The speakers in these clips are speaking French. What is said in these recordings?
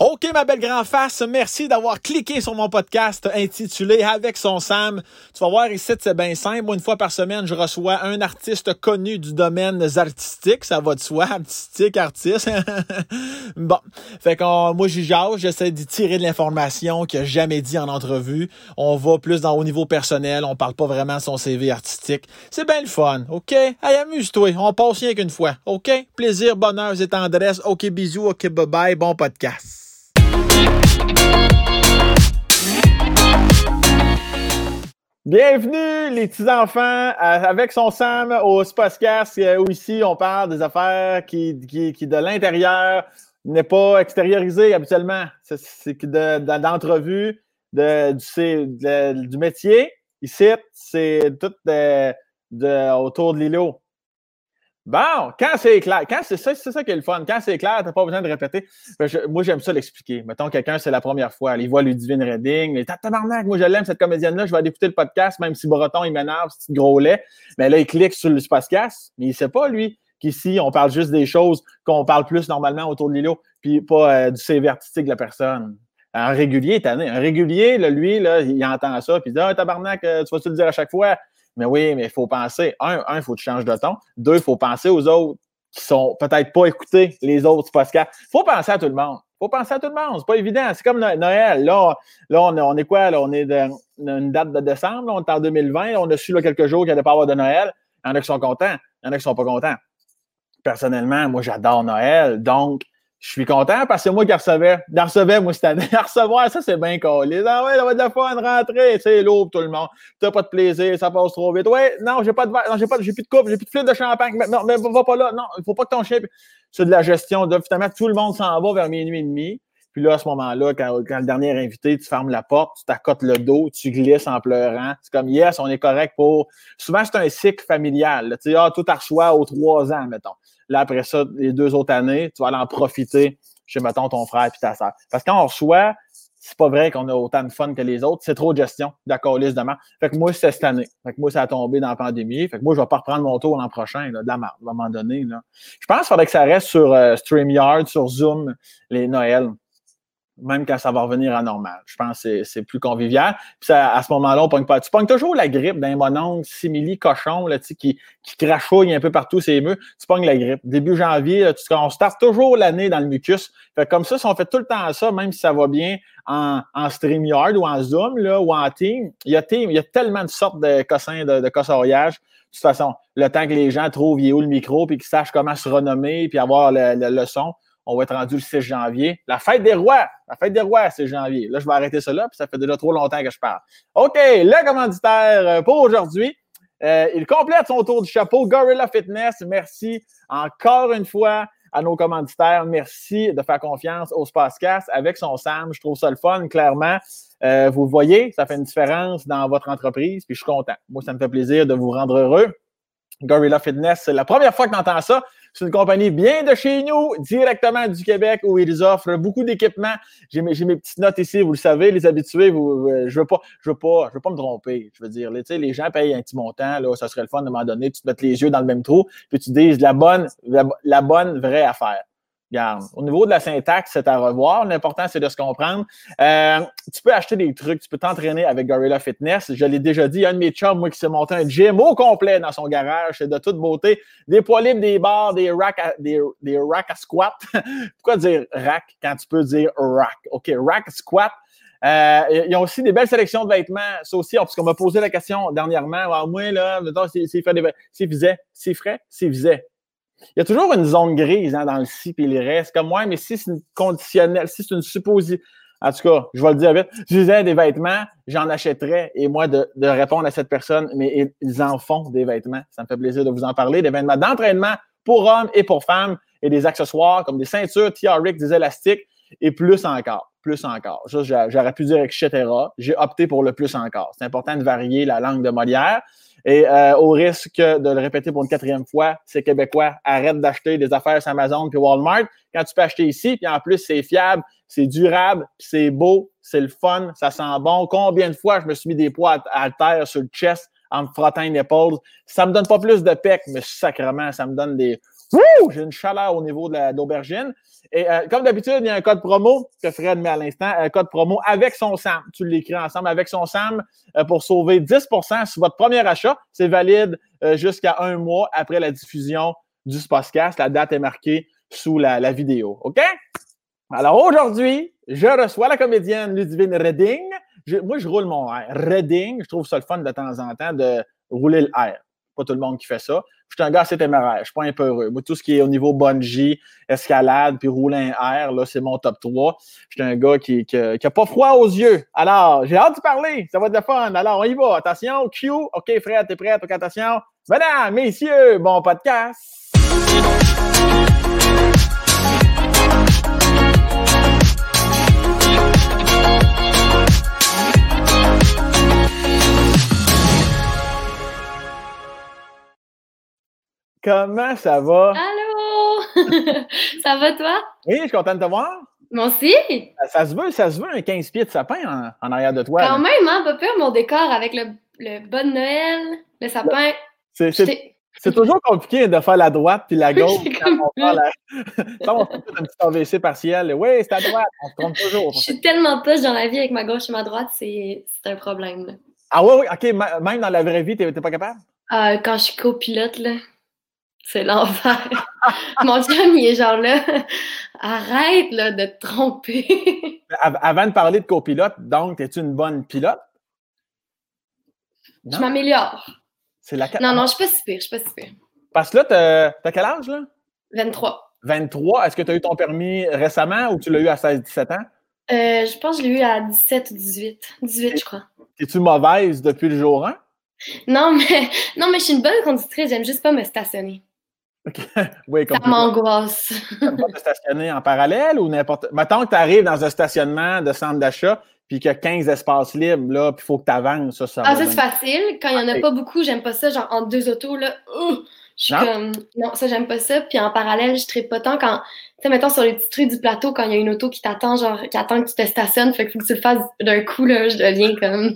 OK, ma belle grand face, merci d'avoir cliqué sur mon podcast intitulé Avec son Sam. Tu vas voir ici, c'est bien simple. Moi, une fois par semaine, je reçois un artiste connu du domaine artistique. Ça va de soi, artistique, artiste. Bon, fait que moi, j'y jase, j'essaie d'y tirer de l'information qu'il n'a jamais dit en entrevue. On va plus au niveau personnel, on parle pas vraiment de son CV artistique. C'est bien le fun, OK? Hey, amuse-toi, on passe rien qu'une fois, OK? Plaisir, bonheur et tendresse. OK, bisous, OK, bye-bye, bon podcast. Bienvenue les petits enfants avec son Sam au podcast où ici on parle des affaires qui de l'intérieur n'est pas extériorisé habituellement. C'est d'entrevue du métier. Ici, c'est tout autour de l'îlot. Bon, quand c'est clair, c'est ça qui est le fun. Quand c'est clair, t'as pas besoin de répéter. Moi, j'aime ça l'expliquer. Mettons, quelqu'un, c'est la première fois. Il voit Ludivine Redding. Mais tabarnak, moi, je l'aime, cette comédienne-là. Je vais aller écouter le podcast, même si Breton, il m'énerve, ce petit gros lait. Mais là, il clique sur le podcast. Mais il sait pas, lui, qu'ici, on parle juste des choses qu'on parle plus normalement autour de l'îlot, puis pas du CV artistique de la personne. Un régulier, un régulier, là, lui, là, il entend ça, puis il dit « Ah, tabarnak, tu vas-tu le dire à chaque fois? » Mais oui, mais il faut penser, il faut que tu changes de ton. Deux, il faut penser aux autres qui sont peut-être pas écoutés, les autres podcasts. Il faut penser à tout le monde. C'est pas évident. C'est comme Noël. Là, on est quoi? Là, on est une date de décembre. Là, on est en 2020. On a su là, quelques jours qu'il n'allait pas avoir de Noël. Il y en a qui sont contents. Il y en a qui sont pas contents. Personnellement, moi, j'adore Noël. Donc, je suis content parce que c'est moi qui recevais, moi, cette année. À recevoir, ça, c'est bien collé. Ah ouais, ça va être de la fun, rentrer. C'est lourd pour tout le monde. T'as pas de plaisir, ça passe trop vite. Ouais, non, j'ai plus de coupe, j'ai plus de flûte de champagne. Non, mais va pas là. Non, il faut pas que ton chien. C'est de la gestion. Finalement, tout le monde s'en va vers minuit et demi. Puis là, à ce moment-là, quand le dernier invité, tu fermes la porte, tu t'accotes le dos, tu glisses en pleurant. C'est comme, yes, on est correct pour. Souvent, c'est un cycle familial. Tu sais, tout à reçoit aux 3 ans, mettons. Là, après ça, les 2 autres années, tu vas aller en profiter chez, mettons, ton frère et ta sœur. Parce que quand on reçoit, c'est pas vrai qu'on a autant de fun que les autres. C'est trop de gestion, d'accord, liste de marde. Fait que moi, c'est cette année. Fait que moi, ça a tombé dans la pandémie. Fait que moi, je vais pas reprendre mon tour l'an prochain, là, de la marde, à un moment donné. Là. Je pense qu'il faudrait que ça reste sur StreamYard, sur Zoom, les Noëls. Même quand ça va revenir à normal. Je pense que c'est plus convivial. Puis ça, à ce moment-là, on pogne pas. Tu pognes toujours la grippe d'un mononcle simili cochon là, qui crachouille un peu partout ses murs. Tu pognes la grippe. Début janvier, là, on starte toujours l'année dans le mucus. Fait comme ça, si on fait tout le temps ça, même si ça va bien en StreamYard ou en Zoom là, ou en Team, il y a tellement de sortes de cossins de cossoriage. De toute façon, le temps que les gens trouvent il est où le micro puis qu'ils sachent comment se renommer puis avoir le son. On va être rendu le 6 janvier. La fête des rois, c'est janvier. Là, je vais arrêter ça là, puis ça fait déjà trop longtemps que je parle. OK, le commanditaire pour aujourd'hui, il complète son tour du chapeau. Gorilla Fitness, merci encore une fois à nos commanditaires. Merci de faire confiance au Spacecast avec son Sam. Je trouve ça le fun, clairement. Vous le voyez, ça fait une différence dans votre entreprise, puis je suis content. Moi, ça me fait plaisir de vous rendre heureux. Gorilla Fitness, c'est la première fois que j'entends ça. C'est une compagnie bien de chez nous, directement du Québec, où ils offrent beaucoup d'équipements. J'ai mes petites notes ici, vous le savez, les habitués. Je veux pas me tromper. Je veux dire, les gens payent un petit montant, là, ça serait le fun de m'en donner. Tu te mets les yeux dans le même trou, puis tu dises la bonne vraie affaire. Regarde, au niveau de la syntaxe, c'est à revoir. L'important, c'est de se comprendre. Tu peux acheter des trucs, tu peux t'entraîner avec Gorilla Fitness. Je l'ai déjà dit, il y a un de mes chums, moi, qui s'est monté un gym au complet dans son garage. C'est de toute beauté. Des poids libres, des barres, des racks à squat. Pourquoi dire rack quand tu peux dire rack? OK, rack squat. Ils ont aussi des belles sélections de vêtements. Ça aussi, parce qu'on m'a posé la question dernièrement. Alors, moi, là, s'il faisait. Il y a toujours une zone grise dans le si et les restes. Comme moi, mais si c'est une conditionnelle, si c'est une supposition. En tout cas, je vais le dire vite. Si je disais des vêtements, j'en achèterais. Et moi, de répondre à cette personne, mais ils en font des vêtements. Ça me fait plaisir de vous en parler. Des vêtements d'entraînement pour hommes et pour femmes et des accessoires comme des ceintures, TRX, des élastiques et plus encore. Ça, j'aurais pu dire etc. J'ai opté pour le plus encore. C'est important de varier la langue de Molière. Et au risque de le répéter pour une 4e fois, ces Québécois arrêtent d'acheter des affaires sur Amazon puis Walmart. Quand tu peux acheter ici, puis en plus, c'est fiable, c'est durable, puis c'est beau, c'est le fun, ça sent bon. Combien de fois je me suis mis des poids à terre sur le chest en me frottant les épaules? Ça me donne pas plus de pec, mais sacrément, ça me donne J'ai une chaleur au niveau de l'aubergine. Et comme d'habitude, il y a un code promo que Fred met à l'instant, un code promo avec son Sam. Tu l'écris ensemble avec son Sam pour sauver 10% sur votre premier achat. C'est valide jusqu'à 1 mois après la diffusion du podcast. La date est marquée sous la vidéo. OK? Alors aujourd'hui, je reçois la comédienne Ludivine Reding. Moi, je roule mon R. Reding, je trouve ça le fun de temps en temps de rouler le R. Pas tout le monde qui fait ça. Je suis un gars assez téméraire. Je suis pas un peu heureux. Moi, tout ce qui est au niveau bungee, escalade, puis rouler un R, là, c'est mon top 3. Je suis un gars qui a pas froid aux yeux. Alors, j'ai hâte de parler. Ça va être le fun. Alors, on y va. Attention, Q. OK, Fred, t'es prêt? OK, attention. Mesdames, messieurs, bon podcast. Comment ça va? Allô! Ça va, toi? Oui, je suis content de te voir. Moi aussi! Ça se veut un 15 pieds de sapin en arrière de toi. Quand même, hein, pas peur, mon décor avec le bas de Noël, le sapin. C'est toujours compliqué de faire la droite puis la gauche quand on fait on fait un petit AVC partiel. Oui, c'est à droite, on se trompe toujours. Je suis tellement poche dans la vie avec ma gauche et ma droite, c'est un problème. Là. Ah oui, OK, même dans la vraie vie, t'es pas capable? Quand je suis copilote, là, c'est l'enfer. Mon chum, il est genre là, arrête là, de te tromper. Avant de parler de copilote, donc, es-tu une bonne pilote? Non? Je m'améliore. Non, je suis pas si pire. Parce que là, t'as quel âge, là? 23. 23. Est-ce que tu as eu ton permis récemment ou tu l'as eu à 16-17 ans? Je pense que je l'ai eu à 17 ou 18. 18, je crois. Es-tu mauvaise depuis le jour 1? Non, mais je suis une bonne conductrice. J'aime juste pas me stationner. Okay. Oui, ça m'angoisse. T'aimes pas te stationner en parallèle ou n'importe... Mettons que tu arrives dans un stationnement de centre d'achat puis qu'il y a 15 espaces libres, là, puis il faut que tu avances. Ça ça c'est facile. Quand il n'y en a pas beaucoup, j'aime pas ça. Genre, entre deux autos, là, je suis comme... Non, ça, j'aime pas ça. Puis en parallèle, je trippe pas tant quand... Tu sais, mettons, sur les petits trucs du plateau, quand il y a une auto qui t'attend, genre, qui attend que tu te stationnes, fait qu'il faut que tu le fasses d'un coup, là, je deviens comme...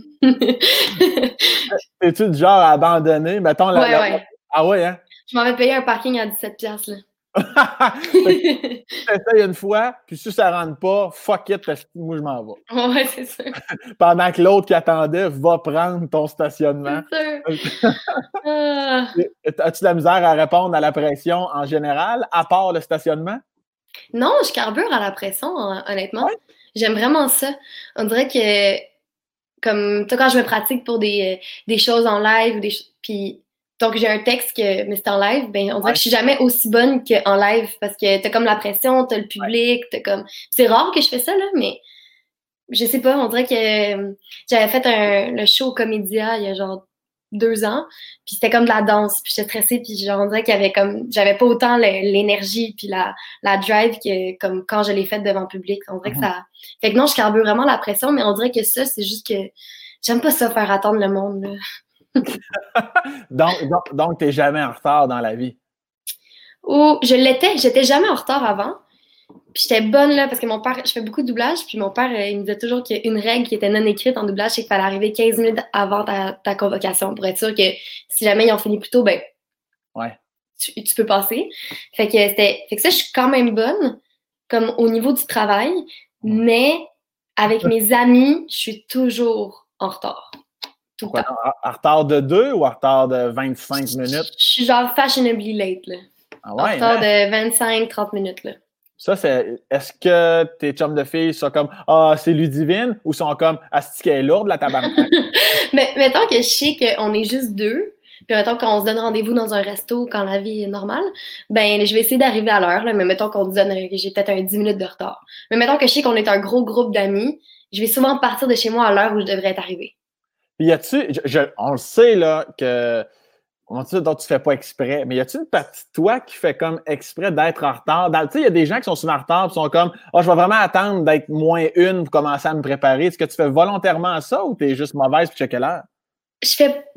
Es-tu du genre à abandonner? Mettons, ouais. Ah ouais, hein? Je m'en vais payer un parking à 17$, là. Tu essayes une fois, puis si ça rentre pas, fuck it, moi je m'en vais. Ouais, c'est sûr. Pendant que l'autre qui attendait va prendre ton stationnement. C'est sûr. As-tu de la misère à répondre à la pression en général, à part le stationnement? Non, je carbure à la pression, honnêtement. Ouais. J'aime vraiment ça. On dirait que, comme, quand je me pratique pour des choses en live, puis donc j'ai un texte mais c'est en live, ben on dirait que je suis jamais aussi bonne qu'en live parce que t'as comme la pression, t'as le public, t'as comme... C'est rare que je fais ça, là, mais je sais pas, on dirait que j'avais fait le show Comédia il y a genre 2 ans, puis c'était comme de la danse, puis j'étais stressée, puis genre, on dirait qu'il y avait comme... J'avais pas autant l'énergie puis la drive que comme quand je l'ai faite devant le public. On dirait que ça... Fait que non, je carbure vraiment la pression, mais on dirait que ça, c'est juste que j'aime pas ça faire attendre le monde, là. donc t'es jamais en retard dans la vie? Oh, j'étais jamais en retard avant. Puis j'étais bonne là parce que mon père, je fais beaucoup de doublage, puis mon père, il me disait toujours qu'il y a une règle qui était non écrite en doublage, c'est qu'il fallait arriver 15 minutes avant ta convocation pour être sûr que si jamais ils ont fini plus tôt, ben ouais. tu peux passer. Fait que ça, je suis quand même bonne, comme au niveau du travail, mais avec mes amis, je suis toujours en retard. Tout le temps. En retard de 2 ou en retard de 25 minutes? Je suis genre fashionably late, là. Ah ouais, en retard de 25-30 minutes, là. Ça, est-ce que tes chums de filles sont comme « Ah, c'est Ludivine » ou sont comme « Asti qu'elle est lourde, la tabarnak? » Mais mettons que je sais qu'on est juste deux, puis mettons qu'on se donne rendez-vous dans un resto quand la vie est normale, ben je vais essayer d'arriver à l'heure, là, mais mettons qu'on se donne que j'ai peut-être un 10 minutes de retard. Mais mettons que je sais qu'on est un gros groupe d'amis, je vais souvent partir de chez moi à l'heure où je devrais être arrivée. Puis y a-tu, on le sait là que dont tu fais pas exprès, mais y a-tu une partie de toi qui fait comme exprès d'être en retard? Tu sais, il y a des gens qui sont souvent en retard et sont comme je vais vraiment attendre d'être -1 pour commencer à me préparer. Est-ce que tu fais volontairement ça ou t'es juste mauvaise pour checker l'heure? Je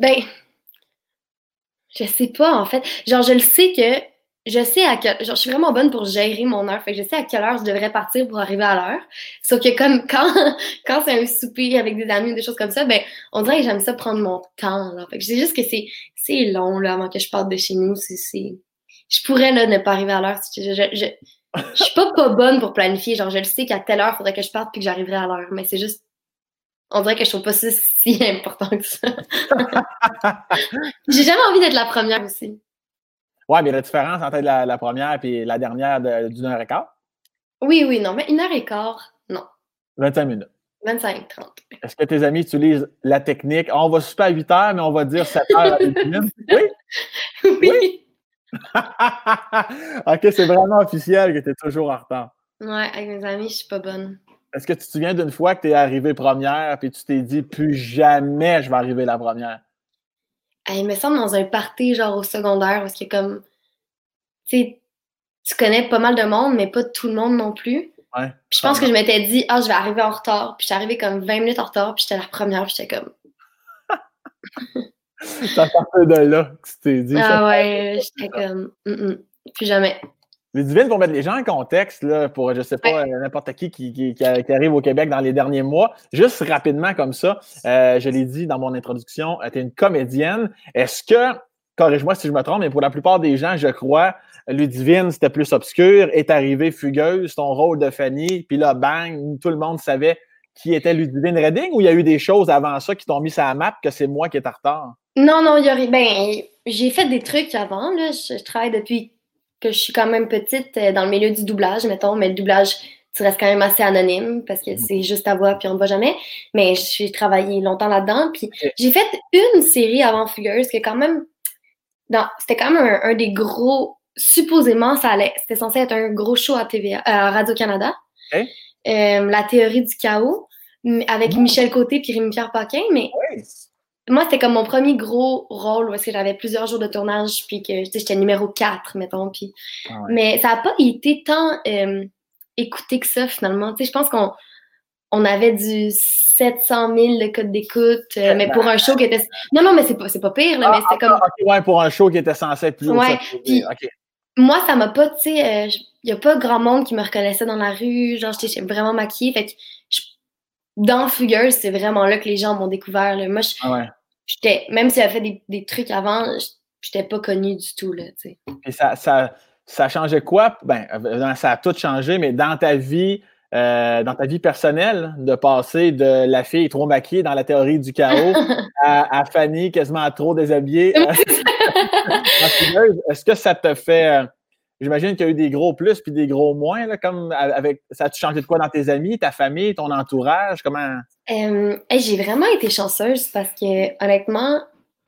sais pas en fait. Genre je le sais que je sais je suis vraiment bonne pour gérer mon heure. Fait que je sais à quelle heure je devrais partir pour arriver à l'heure. Sauf que comme quand c'est un souper avec des amis ou des choses comme ça, ben on dirait que j'aime ça prendre mon temps. Là. Fait que je sais juste que c'est long là avant que je parte de chez nous. je pourrais là, ne pas arriver à l'heure. Je suis pas bonne pour planifier. Genre, je le sais qu'à telle heure, il faudrait que je parte puis que j'arriverai à l'heure. Mais c'est juste, on dirait que je trouve pas ça si important que ça. J'ai jamais envie d'être la première aussi. Ouais, mais la différence entre la première et la dernière d'une heure et quart? Oui, non, mais 1h15, non. 25 minutes. 25, 30. Est-ce que tes amis utilisent la technique? On va souper à 8 heures, mais on va dire 7 heures à Ludivine? Oui? Oui. OK, c'est vraiment officiel que tu es toujours en retard. Ouais, avec mes amis, je suis pas bonne. Est-ce que tu te souviens d'une fois que tu es arrivée première puis tu t'es dit plus jamais je vais arriver la première? Il me semble dans un party genre au secondaire parce que comme tu sais, tu connais pas mal de monde, mais pas tout le monde non plus. Ouais. Puis je pense que je m'étais dit, je vais arriver en retard. Puis j'étais arrivée comme 20 minutes en retard, puis j'étais la première, puis j'étais comme. Ça partait de là que tu t'es dit. Ah ouais, j'étais comme. Plus jamais. Ludivine, pour mettre les gens en contexte, là, pour, je sais pas, n'importe qui arrive au Québec dans les derniers mois, juste rapidement comme ça, je l'ai dit dans mon introduction, tu es une comédienne. Est-ce que, corrige-moi si je me trompe, mais pour la plupart des gens, je crois, Ludivine, c'était plus obscur, est arrivée fugueuse, ton rôle de Fanny, puis là, bang, tout le monde savait qui était Ludivine Redding, ou il y a eu des choses avant ça qui t'ont mis sur la map que c'est moi qui est en retard? Non, il y aurait. Ben, j'ai fait des trucs avant, là. Je travaille depuis que je suis quand même petite dans le milieu du doublage, mettons, mais le doublage, tu restes quand même assez anonyme parce que c'est juste ta voix puis on ne te voit jamais. Mais j'ai travaillé longtemps là-dedans. Puis j'ai fait une série avant Fugueuse qui est quand même. C'était quand même un des gros. Supposément, c'était censé être un gros show à TVA, à Radio-Canada. Okay. La théorie du chaos avec Michel Côté puis Rémi-Pierre Paquin, mais. Moi, c'était comme mon premier gros rôle où est-ce que j'avais plusieurs jours de tournage puis que j'étais numéro 4, mettons. Puis... Mais ça n'a pas été tant écouté que ça, finalement. Je pense qu'on avait du 700 000 de code d'écoute, mais pour un show qui était... Non, mais c'est pas pire, là, mais c'était comme... Ouais, pour un show qui était censé être plus haut. Ouais, puis moi, ça m'a pas, tu sais... Il n'y a pas grand monde qui me reconnaissait dans la rue. Genre, j'étais vraiment maquillée. Fait que dans Fugueuse, c'est vraiment là que les gens m'ont découvert. Là. Moi, même si j'avais fait des trucs avant, j'étais pas connue du tout, là, tu sais. Et ça changeait quoi? Ben, ça a tout changé, mais dans ta vie personnelle, de passer de la fille trop maquillée dans la théorie du chaos à Fanny quasiment trop déshabillée. Est-ce que ça te fait... J'imagine qu'il y a eu des gros plus puis des gros moins, là, comme avec. Ça a-tu changé de quoi dans tes amis, ta famille, ton entourage? Comment? J'ai vraiment été chanceuse parce que honnêtement,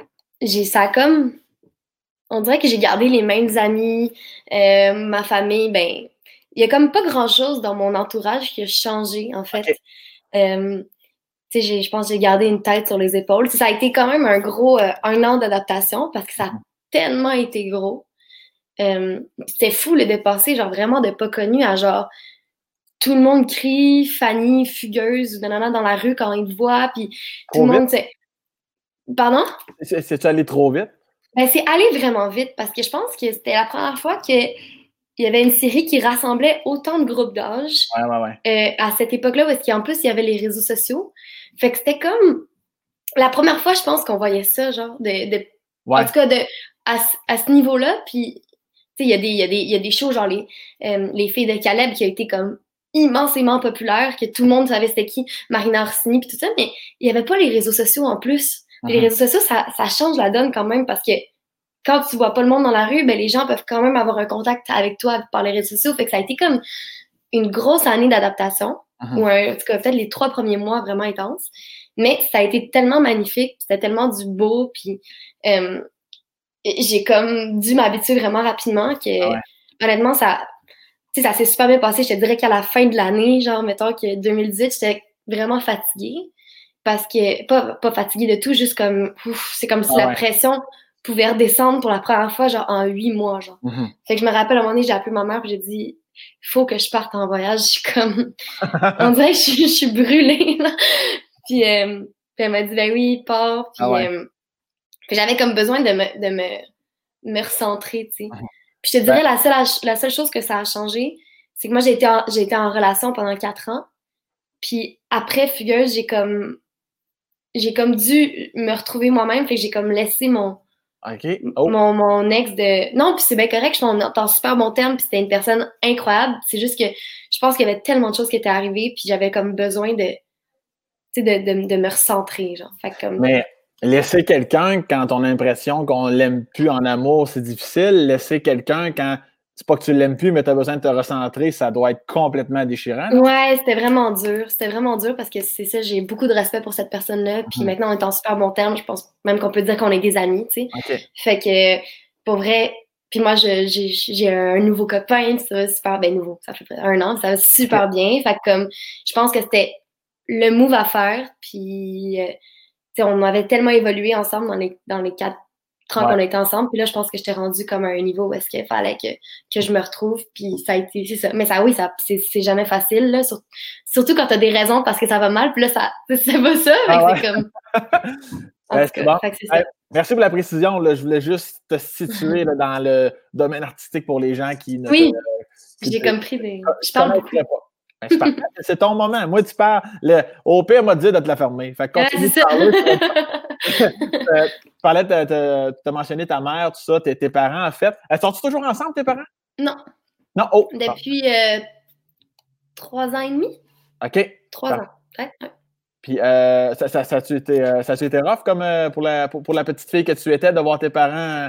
on dirait que j'ai gardé les mêmes amis, ma famille, ben, il y a comme pas grand-chose dans mon entourage qui a changé, en fait. Okay. Tu sais, je pense que j'ai gardé une tête sur les épaules. Ça a été quand même un gros 1 an d'adaptation parce que ça a tellement été gros. C'était fou le dépasser, genre vraiment de pas connu à genre tout le monde crie Fanny fugueuse ou nanana dans la rue quand ils te voient, puis tout le monde c'est. Pardon? C'est-tu allé trop vite? Ben, c'est allé vraiment vite parce que je pense que c'était la première fois qu'il y avait une série qui rassemblait autant de groupes d'âge à cette époque-là où en plus il y avait les réseaux sociaux. Fait que c'était comme la première fois, je pense, qu'on voyait ça, genre en tout cas à ce niveau-là, puis il y a des shows, genre les filles de Caleb qui a été comme immensément populaire, que tout le monde savait c'était qui, Marina Orsini, puis tout ça, mais il n'y avait pas les réseaux sociaux en plus. Les réseaux sociaux, ça change la donne quand même parce que quand tu vois pas le monde dans la rue, ben les gens peuvent quand même avoir un contact avec toi par les réseaux sociaux. Fait que ça a été comme une grosse année d'adaptation, ou en tout cas peut-être les 3 premiers mois vraiment intenses. Mais ça a été tellement magnifique, c'était tellement du beau, puis j'ai comme dû m'habituer vraiment rapidement que honnêtement, ça s'est super bien passé. Je te dirais qu'à la fin de l'année, genre mettons que 2018, j'étais vraiment fatiguée. Parce que, pas fatiguée de tout, juste comme, c'est comme si la pression pouvait redescendre pour la première fois, genre en 8 mois, genre. Fait que je me rappelle, à un moment donné, j'ai appelé ma mère, puis j'ai dit, il faut que je parte en voyage. Je suis comme, on dirait que je suis brûlée, là. Puis elle m'a dit, ben oui, pars. Puis j'avais comme besoin de me recentrer, tu sais. Puis je te dirais, la seule chose que ça a changé, c'est que moi, j'ai été en relation pendant 4 ans. Puis après Fugueuse, j'ai comme dû me retrouver moi-même, fait que j'ai comme laissé mon OK. Oh. Mon ex de... Non, puis c'est bien correct, je suis en super bon terme, puis c'était une personne incroyable. C'est juste que je pense qu'il y avait tellement de choses qui étaient arrivées, puis j'avais comme besoin de, tu sais, de me recentrer, genre. Fait que comme... Mais laisser quelqu'un quand on a l'impression qu'on l'aime plus en amour, c'est difficile. Laisser quelqu'un quand c'est pas que tu l'aimes plus, mais tu as besoin de te recentrer, ça doit être complètement déchirant. Non? Ouais, c'était vraiment dur. C'était vraiment dur parce que c'est ça, j'ai beaucoup de respect pour cette personne-là. Puis maintenant, on est en super bon terme. Je pense même qu'on peut dire qu'on est des amis, tu sais. OK. Fait que, pour vrai, puis moi, j'ai un nouveau copain, ça va super, ben nouveau, ça fait 1 an, ça va super bien. Fait que comme, je pense que c'était le move à faire. Puis, tu sais, on avait tellement évolué ensemble dans les 4 ans qu'on était ensemble. Puis là, je pense que j'étais rendue comme à un niveau où est-ce qu'il fallait que je me retrouve. Puis ça a été, c'est ça. Mais ça, oui, c'est jamais facile, là. Surtout quand t'as des raisons parce que ça va mal. Puis là, c'est pas ça. C'est comme... C'est bon. Merci pour la précision. Là. Je voulais juste te situer là, dans le domaine artistique pour les gens qui ne... Oui, j'ai compris. Je parle beaucoup. Ben, c'est ton moment. Moi, tu parles. Au pire, m'a dit de te la fermer. Fait que continue de parler. Tu parlais, tu as mentionné ta mère, tout ça, tes parents, en fait. Sont-ils toujours ensemble, tes parents? Non. Non? Oh! Depuis 3 ans et demi. OK. 3 ans, peut-être. Ouais. Puis, ça a-tu été rough comme pour la petite fille que tu étais de voir tes parents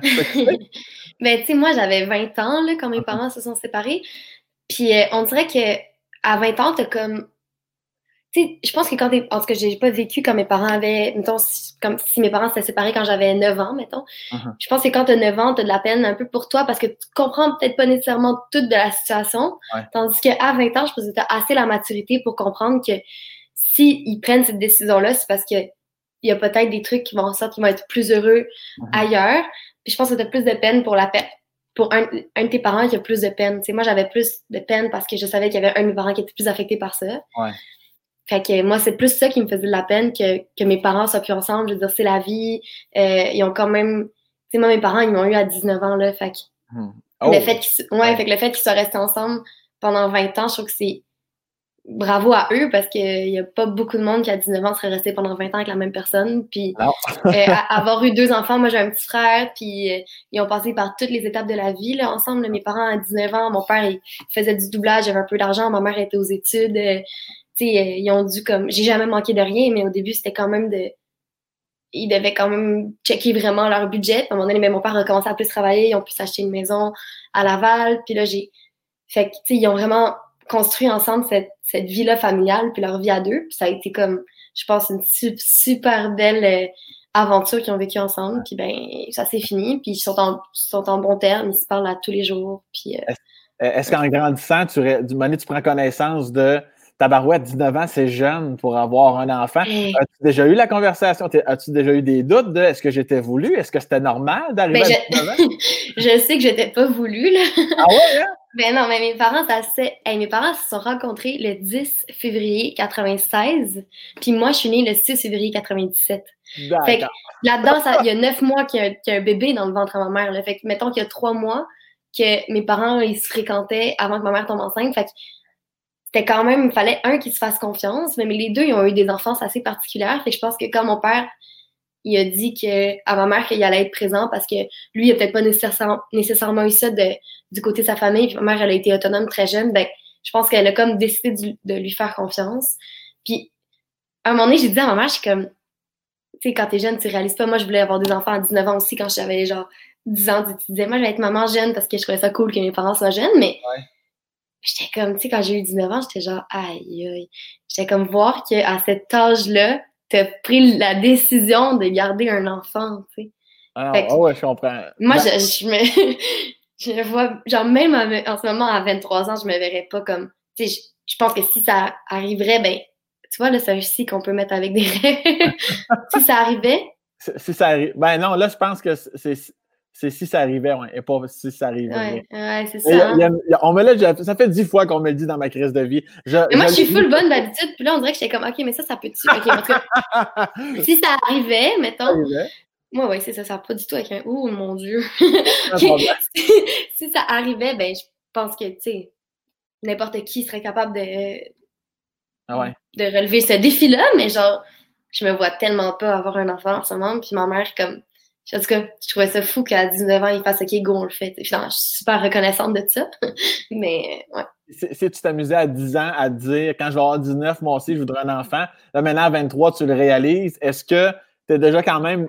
Ben, tu sais, moi, j'avais 20 ans là, quand mes parents se sont séparés. Puis, on dirait qu'à 20 ans, t'as comme... Tu sais, je pense que quand t'es... En tout cas, j'ai pas vécu quand mes parents avaient... Mettons, comme si mes parents s'étaient séparés quand j'avais 9 ans, mettons. Je pense que quand t'as 9 ans, t'as de la peine un peu pour toi parce que tu comprends peut-être pas nécessairement toute de la situation. Ouais. Tandis qu'à 20 ans, je pense que t'as assez la maturité pour comprendre que s'ils prennent cette décision-là, c'est parce que il y a peut-être des trucs qui vont en sorte qu'ils vont être plus heureux ailleurs. Puis je pense que t'as plus de peine pour pour un de tes parents qui a plus de peine. Tu sais, moi, j'avais plus de peine parce que je savais qu'il y avait un de mes parents qui était plus affecté par ça. Ouais. Fait que moi, c'est plus ça qui me faisait de la peine que mes parents soient plus ensemble. Je veux dire, c'est la vie. Ils ont quand même... Tu sais, moi, mes parents, ils m'ont eu à 19 ans, là. Fait que le fait qu'ils soient restés ensemble pendant 20 ans, je trouve que c'est bravo à eux parce qu'il y a pas beaucoup de monde qui, à 19 ans, serait resté pendant 20 ans avec la même personne. Puis avoir eu 2 enfants, moi, j'ai un petit frère, puis ils ont passé par toutes les étapes de la vie, là, ensemble. Là, mes parents, à 19 ans, mon père, il faisait du doublage, j'avais un peu d'argent, ma mère était aux études. Ils ont dû comme... J'ai jamais manqué de rien, mais au début, c'était quand même ils devaient quand même checker vraiment leur budget. Puis à un moment donné, mon père a commencé à plus travailler, ils ont pu s'acheter une maison à Laval. Puis là, fait que, ils ont vraiment construit ensemble cette vie-là familiale, puis leur vie à deux. Puis ça a été comme, je pense, une super belle aventure qu'ils ont vécue ensemble. Puis ben, ça s'est fini. Puis ils sont en bon terme, ils se parlent à tous les jours. Puis... Est-ce qu'en grandissant, tu prends connaissance de... Tabarouette, 19 ans, c'est jeune pour avoir un enfant. As-tu déjà eu la conversation? As-tu déjà eu des doutes de est-ce que j'étais voulu? Est-ce que c'était normal d'arriver à 19 ans? Je sais que j'étais pas voulu, là. Ah ouais, hein? Ben non, mais mes parents, mes parents se sont rencontrés le 10 février 96, puis moi, je suis née le 6 février 97. D'accord. Fait que là-dedans, il y a 9 mois qu'il y a un bébé dans le ventre à ma mère, là. Fait que, mettons qu'il y a 3 mois que mes parents, ils se fréquentaient avant que ma mère tombe enceinte. Fait que c'était quand même, il fallait un qui se fasse confiance, mais les deux, ils ont eu des enfances assez particulières. Fait que je pense que quand mon père, il a dit à ma mère qu'il allait être présent parce que lui, il a peut-être pas nécessairement eu ça du côté de sa famille, puis ma mère, elle a été autonome très jeune, ben, je pense qu'elle a comme décidé de lui faire confiance. Puis, à un moment donné, j'ai dit à ma mère, je suis comme, tu sais, quand t'es jeune, tu réalises pas. Moi, je voulais avoir des enfants à 19 ans aussi quand j'avais genre 10 ans. Tu disais, moi, je vais être maman jeune parce que je trouvais ça cool que mes parents soient jeunes, mais... Ouais. J'étais comme, tu sais, quand j'ai eu 19 ans, j'étais genre, aïe, aïe. J'étais comme voir qu'à cet âge-là, t'as pris la décision de garder un enfant, tu sais. Ah ouais, je comprends. Moi, je vois, genre, même en ce moment, à 23 ans, je me verrais pas comme, tu sais, je pense que si ça arriverait, ben, tu vois, là, c'est un si qu'on peut mettre avec des règles. Si ça arrivait. Si ça arrive. Ben non, là, je pense que c'est si ça arrivait, ouais, et pas si ça arrivait. Ouais, c'est ça. On me l'a, ça fait 10 fois qu'on me le dit dans ma crise de vie. Mais moi, je suis full bonne d'habitude, puis là, on dirait que j'étais comme, OK, mais ça peut-tu. OK, en tout cas, si ça arrivait, mettons. Moi, ouais, c'est ça, ça n'a pas du tout avec un. Oh, mon Dieu. Si ça arrivait, ben, je pense que, tu sais, n'importe qui serait capable de relever ce défi-là, mais genre, je me vois tellement pas avoir un enfant en ce moment, puis ma mère, comme, En tout cas, je trouvais ça fou qu'à 19 ans, il fasse OK, go, on le fait. Finalement, je suis super reconnaissante de ça. Mais, ouais. Si tu t'amusais à 10 ans à te dire, quand je vais avoir 19, moi aussi, je voudrais un enfant. Là, maintenant, à 23, tu le réalises. Est-ce que tu es déjà quand même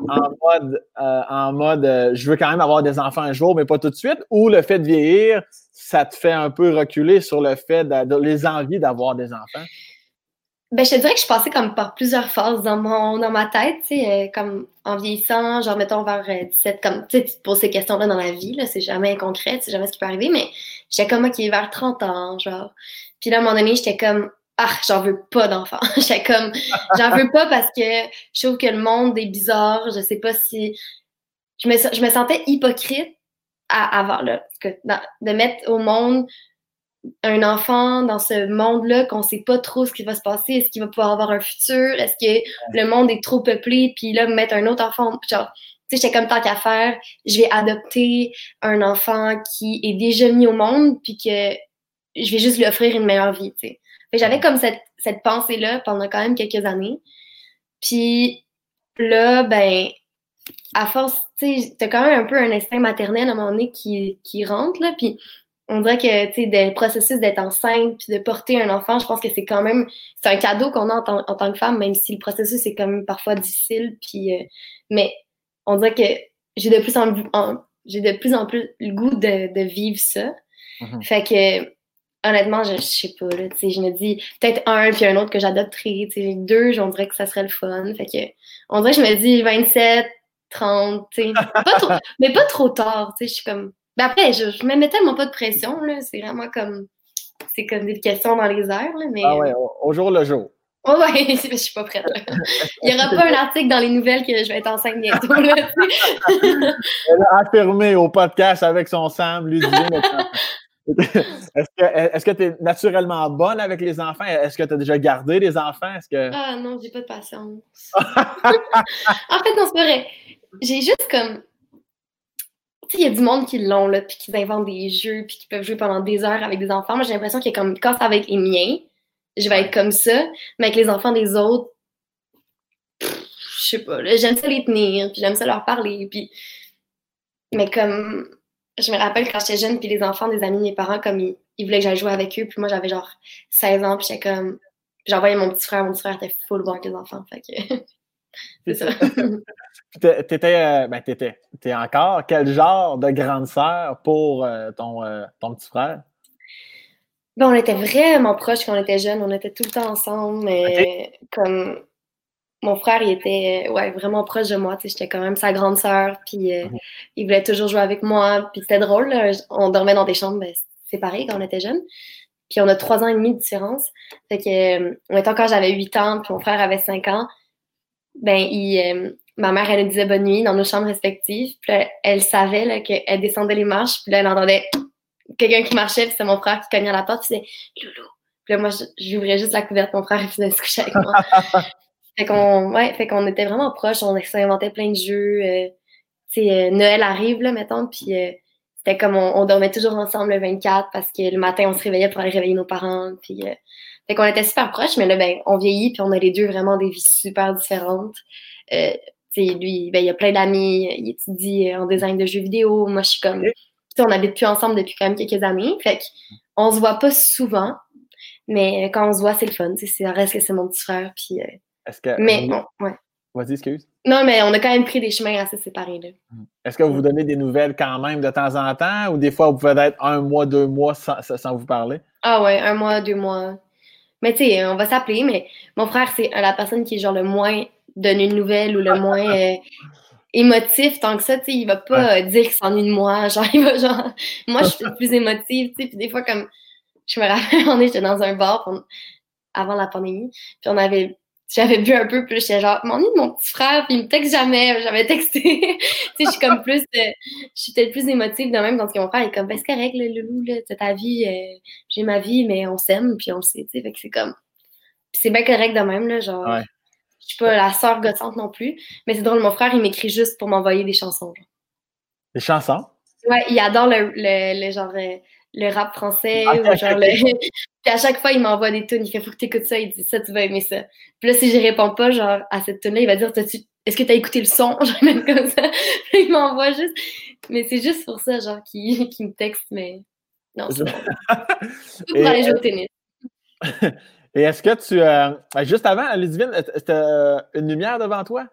en mode je veux quand même avoir des enfants un jour, mais pas tout de suite? Ou le fait de vieillir, ça te fait un peu reculer sur le fait de les envies d'avoir des enfants? Ben, je te dirais que je passais comme par plusieurs phases dans ma tête, tu sais, comme en vieillissant, genre, mettons, vers 17, comme, tu sais, tu te poses ces questions-là dans la vie, là, c'est jamais concret, c'est jamais ce qui peut arriver, mais j'étais comme, OK, vers 30 ans, genre. Puis là, à un moment donné, j'étais comme, ah, j'en veux pas d'enfant. J'étais comme, j'en veux pas parce que je trouve que le monde est bizarre, je sais pas si, je me sentais hypocrite avant, là, de mettre au monde un enfant dans ce monde-là qu'on sait pas trop ce qui va se passer, est-ce qu'il va pouvoir avoir un futur, est-ce que le monde est trop peuplé, puis là, mettre un autre enfant, genre, tu sais, j'étais comme tant qu'à faire, je vais adopter un enfant qui est déjà mis au monde, puis que je vais juste lui offrir une meilleure vie, tu sais. J'avais comme cette pensée-là pendant quand même quelques années, puis là, ben, à force, tu sais, t'as quand même un peu un instinct maternel à un moment donné qui rentre, là, puis on dirait que, tu sais, le processus d'être enceinte puis de porter un enfant, je pense que c'est quand même, c'est un cadeau qu'on a en tant que femme, même si le processus est quand même parfois difficile, puis, mais on dirait que j'ai de plus en plus le goût de vivre ça. Mm-hmm. Fait que, honnêtement, je sais pas, là, tu sais, je me dis, peut-être un puis un autre que j'adopterai, tu sais, deux, on dirait que ça serait le fun. Fait que, on dirait que je me dis 27, 30, tu sais, mais pas trop tard, tu sais, je suis comme, ben après, je me mets tellement pas de pression, là, c'est vraiment comme, c'est comme des questions dans les airs, là, mais... Ah ouais, au jour le jour. Oh ouais, je suis pas prête, là. Il y aura pas un article dans les nouvelles que je vais être enceinte bientôt, là, Elle a affirmé au podcast avec son Sam, Ludivine. Est-ce que tu es naturellement bonne avec les enfants? Est-ce que tu as déjà gardé des enfants? Ah non, j'ai pas de patience. En fait, non, c'est pas vrai. J'ai juste comme... Tu sais, il y a du monde qui l'ont, là, puis qui inventent des jeux, puis qui peuvent jouer pendant des heures avec des enfants. Moi, j'ai l'impression que comme, quand ça va être les miens, je vais être comme ça, mais avec les enfants des autres, je sais pas, là, j'aime ça les tenir, puis j'aime ça leur parler, puis... Mais comme... Je me rappelle quand j'étais jeune, puis les enfants des amis de mes parents, comme ils voulaient que j'aille jouer avec eux, puis moi, j'avais genre 16 ans, puis j'étais comme... J'envoyais mon petit frère était full bon avec les enfants, fait que... c'est ça. T'es encore quel genre de grande sœur pour ton petit frère? Ben, on était vraiment proches quand on était jeunes, on était tout le temps ensemble, mais comme mon frère, il était vraiment proche de moi, tu sais, j'étais quand même sa grande sœur, puis il voulait toujours jouer avec moi, puis c'était drôle, là, on dormait dans des chambres séparées quand on était jeunes, puis on a 3 ans et demi de différence, fait que on était encore, j'avais 8 ans, puis mon frère avait 5 ans, ben ma mère, elle nous disait bonne nuit dans nos chambres respectives, puis là, elle savait là, qu'elle descendait les marches, puis là, elle entendait quelqu'un qui marchait, puis c'est mon frère qui cognait à la porte, puis c'est Loulou. Puis là, moi, j'ouvrais juste la couverte, mon frère, il venait se coucher avec moi. fait qu'on était vraiment proches, on s'inventait plein de jeux. Noël arrive, là, mettons, puis c'était comme on dormait toujours ensemble le 24 parce que le matin, on se réveillait pour aller réveiller nos parents. Puis, fait qu'on était super proches, mais là, ben, on vieillit, puis on a les deux vraiment des vies super différentes. Lui, ben, il a plein d'amis, il étudie en design de jeux vidéo. Moi, je suis comme... on n'habite plus ensemble depuis quand même quelques années. Fait qu'on se voit pas souvent, mais quand on se voit, c'est le fun. Ça reste que c'est mon petit frère. Puis, mais bon, ouais. Vas-y, excuse. Non, mais on a quand même pris des chemins assez séparés. Là. Est-ce que vous vous donnez des nouvelles quand même de temps en temps ou des fois vous pouvez être 1 mois, 2 mois sans vous parler? Ah ouais, 1 mois, 2 mois. Mais tu sais, on va s'appeler, mais mon frère, c'est la personne qui est genre le moins donné une nouvelle ou le moins émotif tant que ça, tu sais, il va pas dire qu'il s'ennuie de moi, genre, il va genre... Moi, je suis plus émotive, tu sais, puis des fois, comme, je me rappelle, j'étais dans un bar avant la pandémie, puis j'avais bu un peu, puis j'étais genre, m'ennuie de mon petit frère, puis il me texte jamais, j'avais texté, tu sais, je suis comme plus, je suis peut-être plus émotive de même, parce que mon frère est comme, ben, c'est correct, le loulou, là, t'as ta vie, j'ai ma vie, mais on s'aime, puis on le sait, tu sais, fait que c'est comme, puis c'est bien correct de même, là, genre... Ouais. Je suis pas la sœur gossante non plus. Mais c'est drôle, mon frère, il m'écrit juste pour m'envoyer des chansons. Genre. Des chansons? Ouais, il adore le genre le rap français ou genre le... Puis à chaque fois, il m'envoie des tunes, il fait « Faut que t'écoutes ça », il dit « Ça, tu vas aimer ça ». Puis là, si je réponds pas, genre, à cette tune-là, il va dire « Est-ce que t'as écouté le son? » Genre, même comme ça. Puis il m'envoie juste... Mais c'est juste pour ça, genre, qu'il me texte, mais... Non, c'est bon. Tout pour aller jouer au tennis. Et est-ce que tu... juste avant, Ludivine, c'était une lumière devant toi?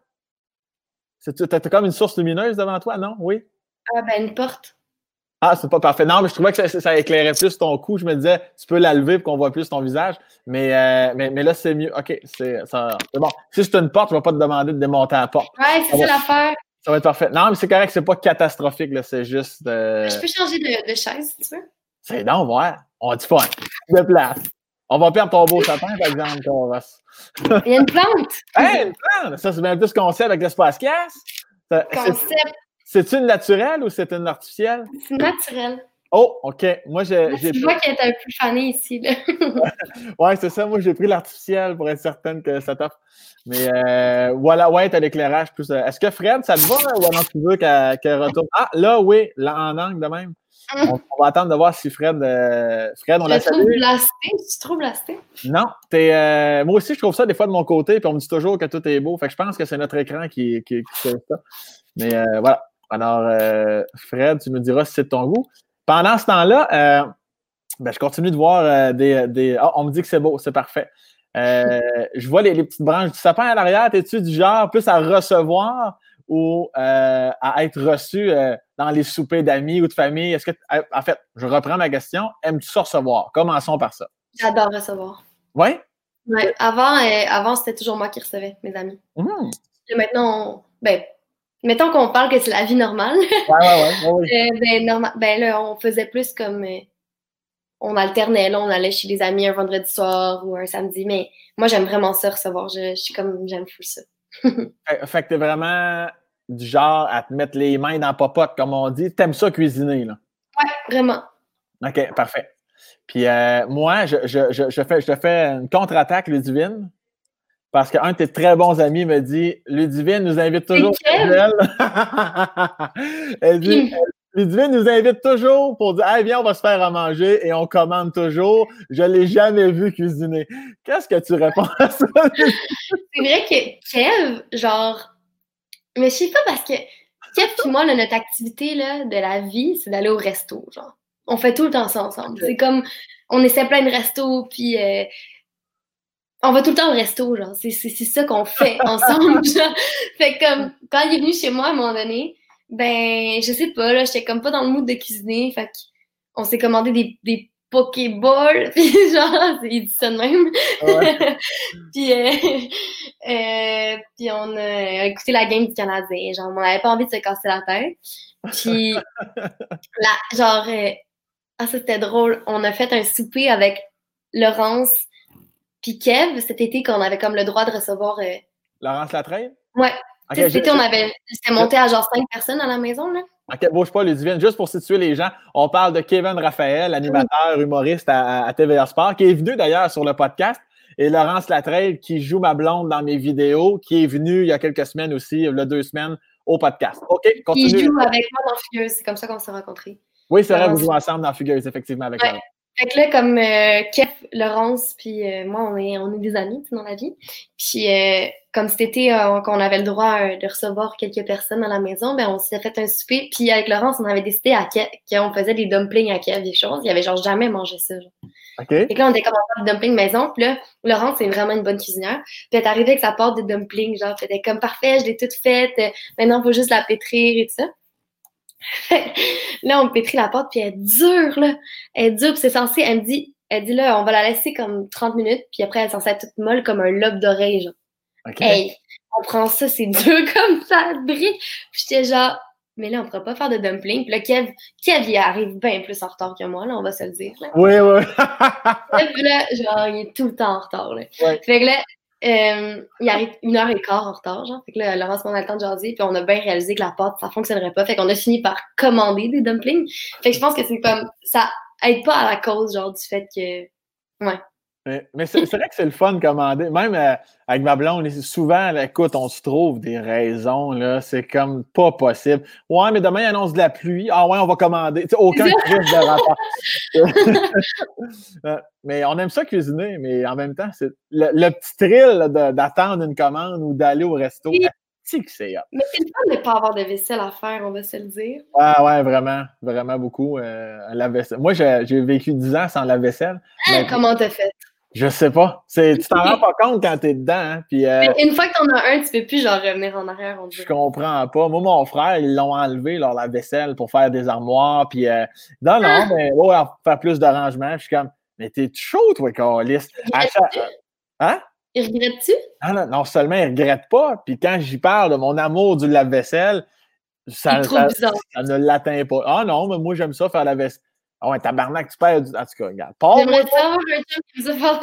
T'as comme une source lumineuse devant toi, non? Oui? Ah, ben, une porte. Ah, c'est pas parfait. Non, mais je trouvais que ça éclairait plus ton cou. Je me disais, tu peux la lever pour qu'on voit plus ton visage. Mais là, c'est mieux. OK, c'est bon. Si c'est une porte, je ne vais pas te demander de démonter la porte. Ouais, c'est ça l'affaire. Ça va être parfait. Non, mais c'est correct, c'est pas catastrophique, là. C'est juste. Je peux changer de chaise, si tu veux? C'est donc, ouais. On dit pas. De place. On va perdre ton beau sapin, par exemple, Carlos. Il y a une plante! Hey, une plante! Ça, c'est bien plus concept avec l'espace casse. Concept. C'est-tu une naturelle ou c'est une artificielle? C'est naturel. Oh, OK. Moi, tu vois qu'elle est un peu fanée ici, là. Ouais, c'est ça. Moi, j'ai pris l'artificiel pour être certaine que ça t'offre. Mais voilà, ouais, t'as l'éclairage plus. Est-ce que Fred, ça te va ou alors tu veux qu'elle retourne? Ah, là, oui, là, en angle de même. On va attendre de voir si Fred, on l'a salué. Tu trouves blasté? Non. Moi aussi, je trouve ça des fois de mon côté, puis on me dit toujours que tout est beau. Fait que je pense que c'est notre écran qui fait ça. Mais voilà. Alors, Fred, tu nous diras si c'est de ton goût. Pendant ce temps-là, je continue de voir des. Ah, on me dit que c'est beau, c'est parfait. Je vois les petites branches du sapin à l'arrière. Es-tu du genre plus à recevoir ou à être reçu dans les soupers d'amis ou de famille? Est-ce que, en fait, je reprends ma question. Aimes-tu ça recevoir? Commençons par ça. J'adore recevoir. Oui? Oui. Avant, c'était toujours moi qui recevais mes amis. Et maintenant, mettons qu'on parle que c'est la vie normale. Ouais. Là, on faisait plus comme... on alternait, là, on allait chez des amis un vendredi soir ou un samedi, mais moi, j'aime vraiment ça, recevoir. Je suis comme, j'aime fou ça. Fait que t'es vraiment du genre à te mettre les mains dans la popote, comme on dit. T'aimes ça cuisiner, là? Ouais, vraiment. OK, parfait. Puis moi, je fais une contre-attaque, Ludivine, parce qu'un de tes très bons amis me dit « Ludivine nous invite toujours chez elle. » Elle dit « Ludivine nous invite toujours pour dire « Hey, viens, on va se faire à manger et on commande toujours. Je ne l'ai jamais vu cuisiner. » Qu'est-ce que tu réponds à ça? C'est vrai que Kev, genre... Mais je sais pas, parce que Kev et moi, là, notre activité là, de la vie, c'est d'aller au resto, genre. On fait tout le temps ça ensemble. Okay. C'est comme... On essaie plein de restos, puis... on va tout le temps au resto, genre. C'est ça qu'on fait ensemble, genre. Fait que comme, quand il est venu chez moi, à un moment donné, ben, je sais pas, là, j'étais comme pas dans le mood de cuisiner, fait qu'on s'est commandé des Pokéballs, pis genre, il dit ça de même. Ouais. Puis on a écouté la game du Canadien, genre, on avait pas envie de se casser la tête. Puis, là, genre, ça c'était drôle, on a fait un souper avec Laurence puis Kev, cet été, qu'on avait comme le droit de recevoir... Laurence Latreille? Ouais. Okay, cet été, c'était monté à genre 5 personnes à la maison, là. OK, bouge pas, Ludivine. Juste pour situer les gens, on parle de Kevin Raphaël, animateur, humoriste à TVA Sport, qui est venu d'ailleurs sur le podcast, et Laurence Latreille, qui joue ma blonde dans mes vidéos, qui est venu il y a quelques semaines aussi, il y a 2 semaines, au podcast. OK, continue. Il joue avec moi dans Fugueuse, c'est comme ça qu'on s'est rencontrés. Oui, c'est vrai, vous jouez ensemble dans Fugueuse, effectivement, avec Laurence. Fait que là, comme Kev, Laurence, puis moi, on est des amis dans la vie. Puis comme cet été, qu'on avait le droit de recevoir quelques personnes à la maison, ben on s'est fait un souper. Puis avec Laurence, on avait décidé qu'on faisait des dumplings à Kev, des choses. Il avait genre jamais mangé ça. Genre. OK. Fait que là, on était commencé à faire des dumplings maison. Puis là, Laurence, c'est vraiment une bonne cuisinière. Puis elle est arrivée avec sa pâte de dumplings, genre, puis elle était comme parfait, je l'ai toute faite. Maintenant, il faut juste la pétrir et tout ça. Là, on pétrit la pâte, puis elle est dure, là. Elle est dure, puis c'est censé, elle dit là, on va la laisser comme 30 minutes, puis après, elle est censée être toute molle comme un lobe d'oreille, genre. Okay. Hey, on prend ça, c'est dur comme ça, brique. Puis j'étais genre, mais là, on pourra pas faire de dumpling. Puis là, Kev, il arrive bien plus en retard que moi, là, on va se le dire. Là. Oui. Kev, là, genre, il est tout le temps en retard, là. Ouais. Fait que là, il arrive 1h15 en retard, genre. Fait que là, Laurence, on a le temps de jaser, puis on a bien réalisé que la pâte, ça fonctionnerait pas. Fait qu'on a fini par commander des dumplings. Fait que je pense que c'est comme, ça aide pas à la cause, genre, du fait que, ouais. Mais c'est vrai que c'est le fun de commander. Même avec ma blonde, souvent, là, écoute, on se trouve des raisons, là. C'est comme pas possible. Ouais, mais demain, il annonce de la pluie. Ah ouais, on va commander. Tu sais, aucun crise de rapport. Mais on aime ça cuisiner, mais en même temps, c'est le petit thrill là, d'attendre une commande ou d'aller au resto. C'est que c'est hot. Mais c'est le fun de ne pas avoir de vaisselle à faire, on va se le dire. Ah ouais, vraiment, vraiment beaucoup. Lave-vaisselle. Moi, j'ai vécu 10 ans sans lave-vaisselle. Hein, comment t'as fait? Je sais pas. Tu t'en rends pas compte quand t'es dedans. Hein? Puis, une fois que t'en as un, tu peux plus genre revenir en arrière. Je comprends pas. Moi, mon frère, ils l'ont enlevé, leur lave-vaisselle, pour faire des armoires. Puis, non, mais faire plus d'arrangements. Je suis comme, mais t'es chaud, toi, câlisse. Hein? Il regrette-tu? Non seulement il regrette pas, puis quand j'y parle de mon amour du lave-vaisselle, ça ne l'atteint pas. Ah non, mais moi, j'aime ça faire la vaisselle. Ah ouais, tabarnak, tu perds du. En tout cas, regarde. J'aimerais savoir un chum qui aime ça faire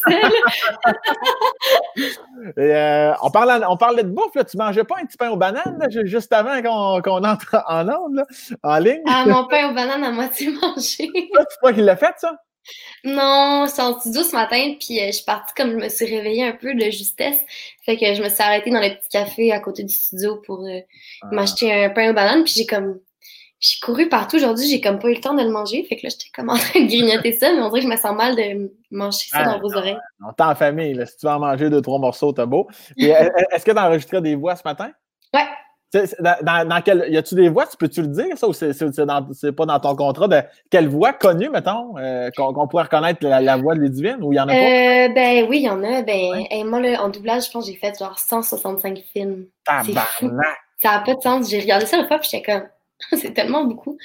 la vaisselle. On parlait de bouffe, là. Tu mangeais pas un petit pain aux bananes, là, juste avant qu'on entre en onde, là, en ligne? Ah, mon pain aux bananes à moitié mangé. C'est toi qui l'as fait, ça? Non, je suis en studio ce matin, puis je suis partie comme je me suis réveillée un peu de justesse. Fait que je me suis arrêtée dans le petit café à côté du studio pour m'acheter un pain aux bananes, puis j'ai couru partout aujourd'hui, j'ai comme pas eu le temps de le manger. Fait que là, j'étais comme en train de grignoter ça, mais on dirait que je me sens mal de manger ça dans vos oreilles. On t'es en famille, là. Si tu veux en manger 2-3 morceaux, t'as beau. Et, est-ce que tu enregistrais des voix ce matin? Ouais. Dans quel. Y a-tu des voix, peux-tu le dire, ça, ou c'est pas dans ton contrat? De quelle voix connue, mettons, qu'on pourrait reconnaître la voix de Ludivine, ou il y en a pas? Ben oui, il y en a. Moi, là, en doublage, je pense que j'ai fait genre 165 films. C'est fou. Ça n'a pas de sens. J'ai regardé ça une fois, puis j'étais comme, c'est tellement beaucoup.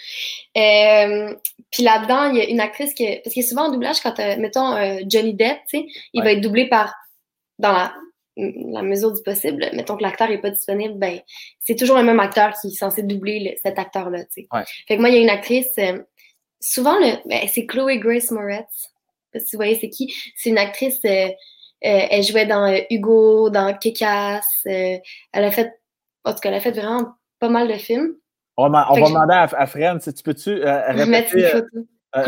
Puis là-dedans, il y a une actrice parce que souvent en doublage, quand mettons Johnny Depp, tu sais, il va être doublé dans la mesure du possible. Mettons que l'acteur n'est pas disponible, ben c'est toujours le même acteur qui est censé doubler cet acteur-là, tu sais. Ouais. Fait que moi, il y a une actrice, souvent, c'est Chloe Grace Moretz. Je sais pas si vous voyez c'est qui. C'est une actrice, elle jouait dans Hugo, dans Kick-Ass. Elle a fait vraiment pas mal de films. On va demander à Fred, si tu peux-tu mettre une photo.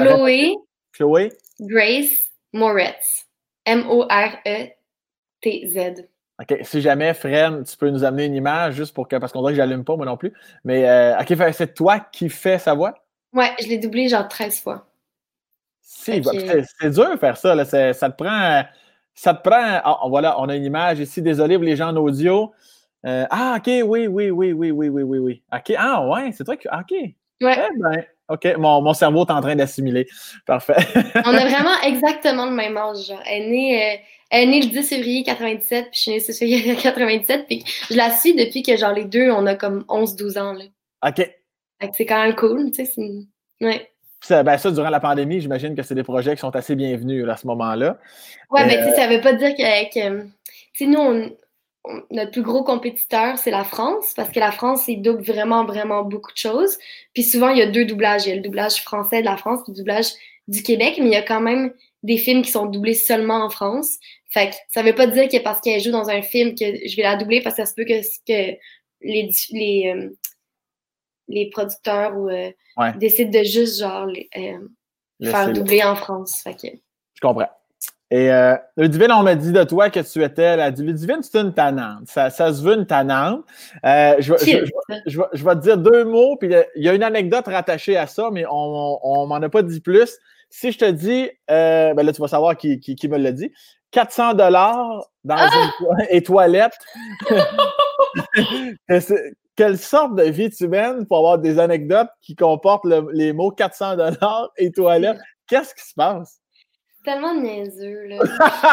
Chloé Grace Moretz. Moretz. OK. Si jamais, Fred, tu peux nous amener une image juste parce qu'on dirait que je n'allume pas, moi non plus. Mais OK, c'est toi qui fais sa voix? Ouais, je l'ai doublé genre 13 fois. C'est dur de faire ça. Là. Ça te prend. Voilà, on a une image ici. Désolé pour les gens en audio. OK, oui. OK, ouais, c'est toi qui. OK. Ouais. Eh ben, OK, mon cerveau est en train d'assimiler. Parfait. On a vraiment exactement le même âge. Genre. Elle est née le 10 février 97, puis je suis née le 6 février 97, puis je la suis depuis que genre les deux, on a comme 11-12 ans. Là. OK. Fait que c'est quand même cool, tu sais. Ouais. Ça, durant la pandémie, j'imagine que c'est des projets qui sont assez bienvenus là, à ce moment-là. Ouais, mais tu sais, ça veut pas dire que tu sais, nous, notre plus gros compétiteur, c'est la France, parce que la France, ils doublent vraiment, vraiment beaucoup de choses. Puis souvent, il y a deux doublages. Il y a le doublage français de la France, puis le doublage du Québec, mais il y a quand même des films qui sont doublés seulement en France. Fait que ça veut pas dire que parce qu'elle joue dans un film que je vais la doubler, parce que ça se peut que les producteurs décident de juste genre faire doubler en France. Fait que... Je comprends. Et Ludivine, on m'a dit de toi que tu étais Ludivine, c'est une tannante. Ça se veut une tannante. Je vais te dire 2 mots, puis il y a une anecdote rattachée à ça, mais on m'en a pas dit plus. Si je te dis, ben là, tu vas savoir qui me l'a dit. 400 $ dans une toilette. Quelle sorte de vie tu mènes pour avoir des anecdotes qui comportent les mots 400 $ et toilette? Qu'est-ce qui se passe? Tellement niaiseux, là.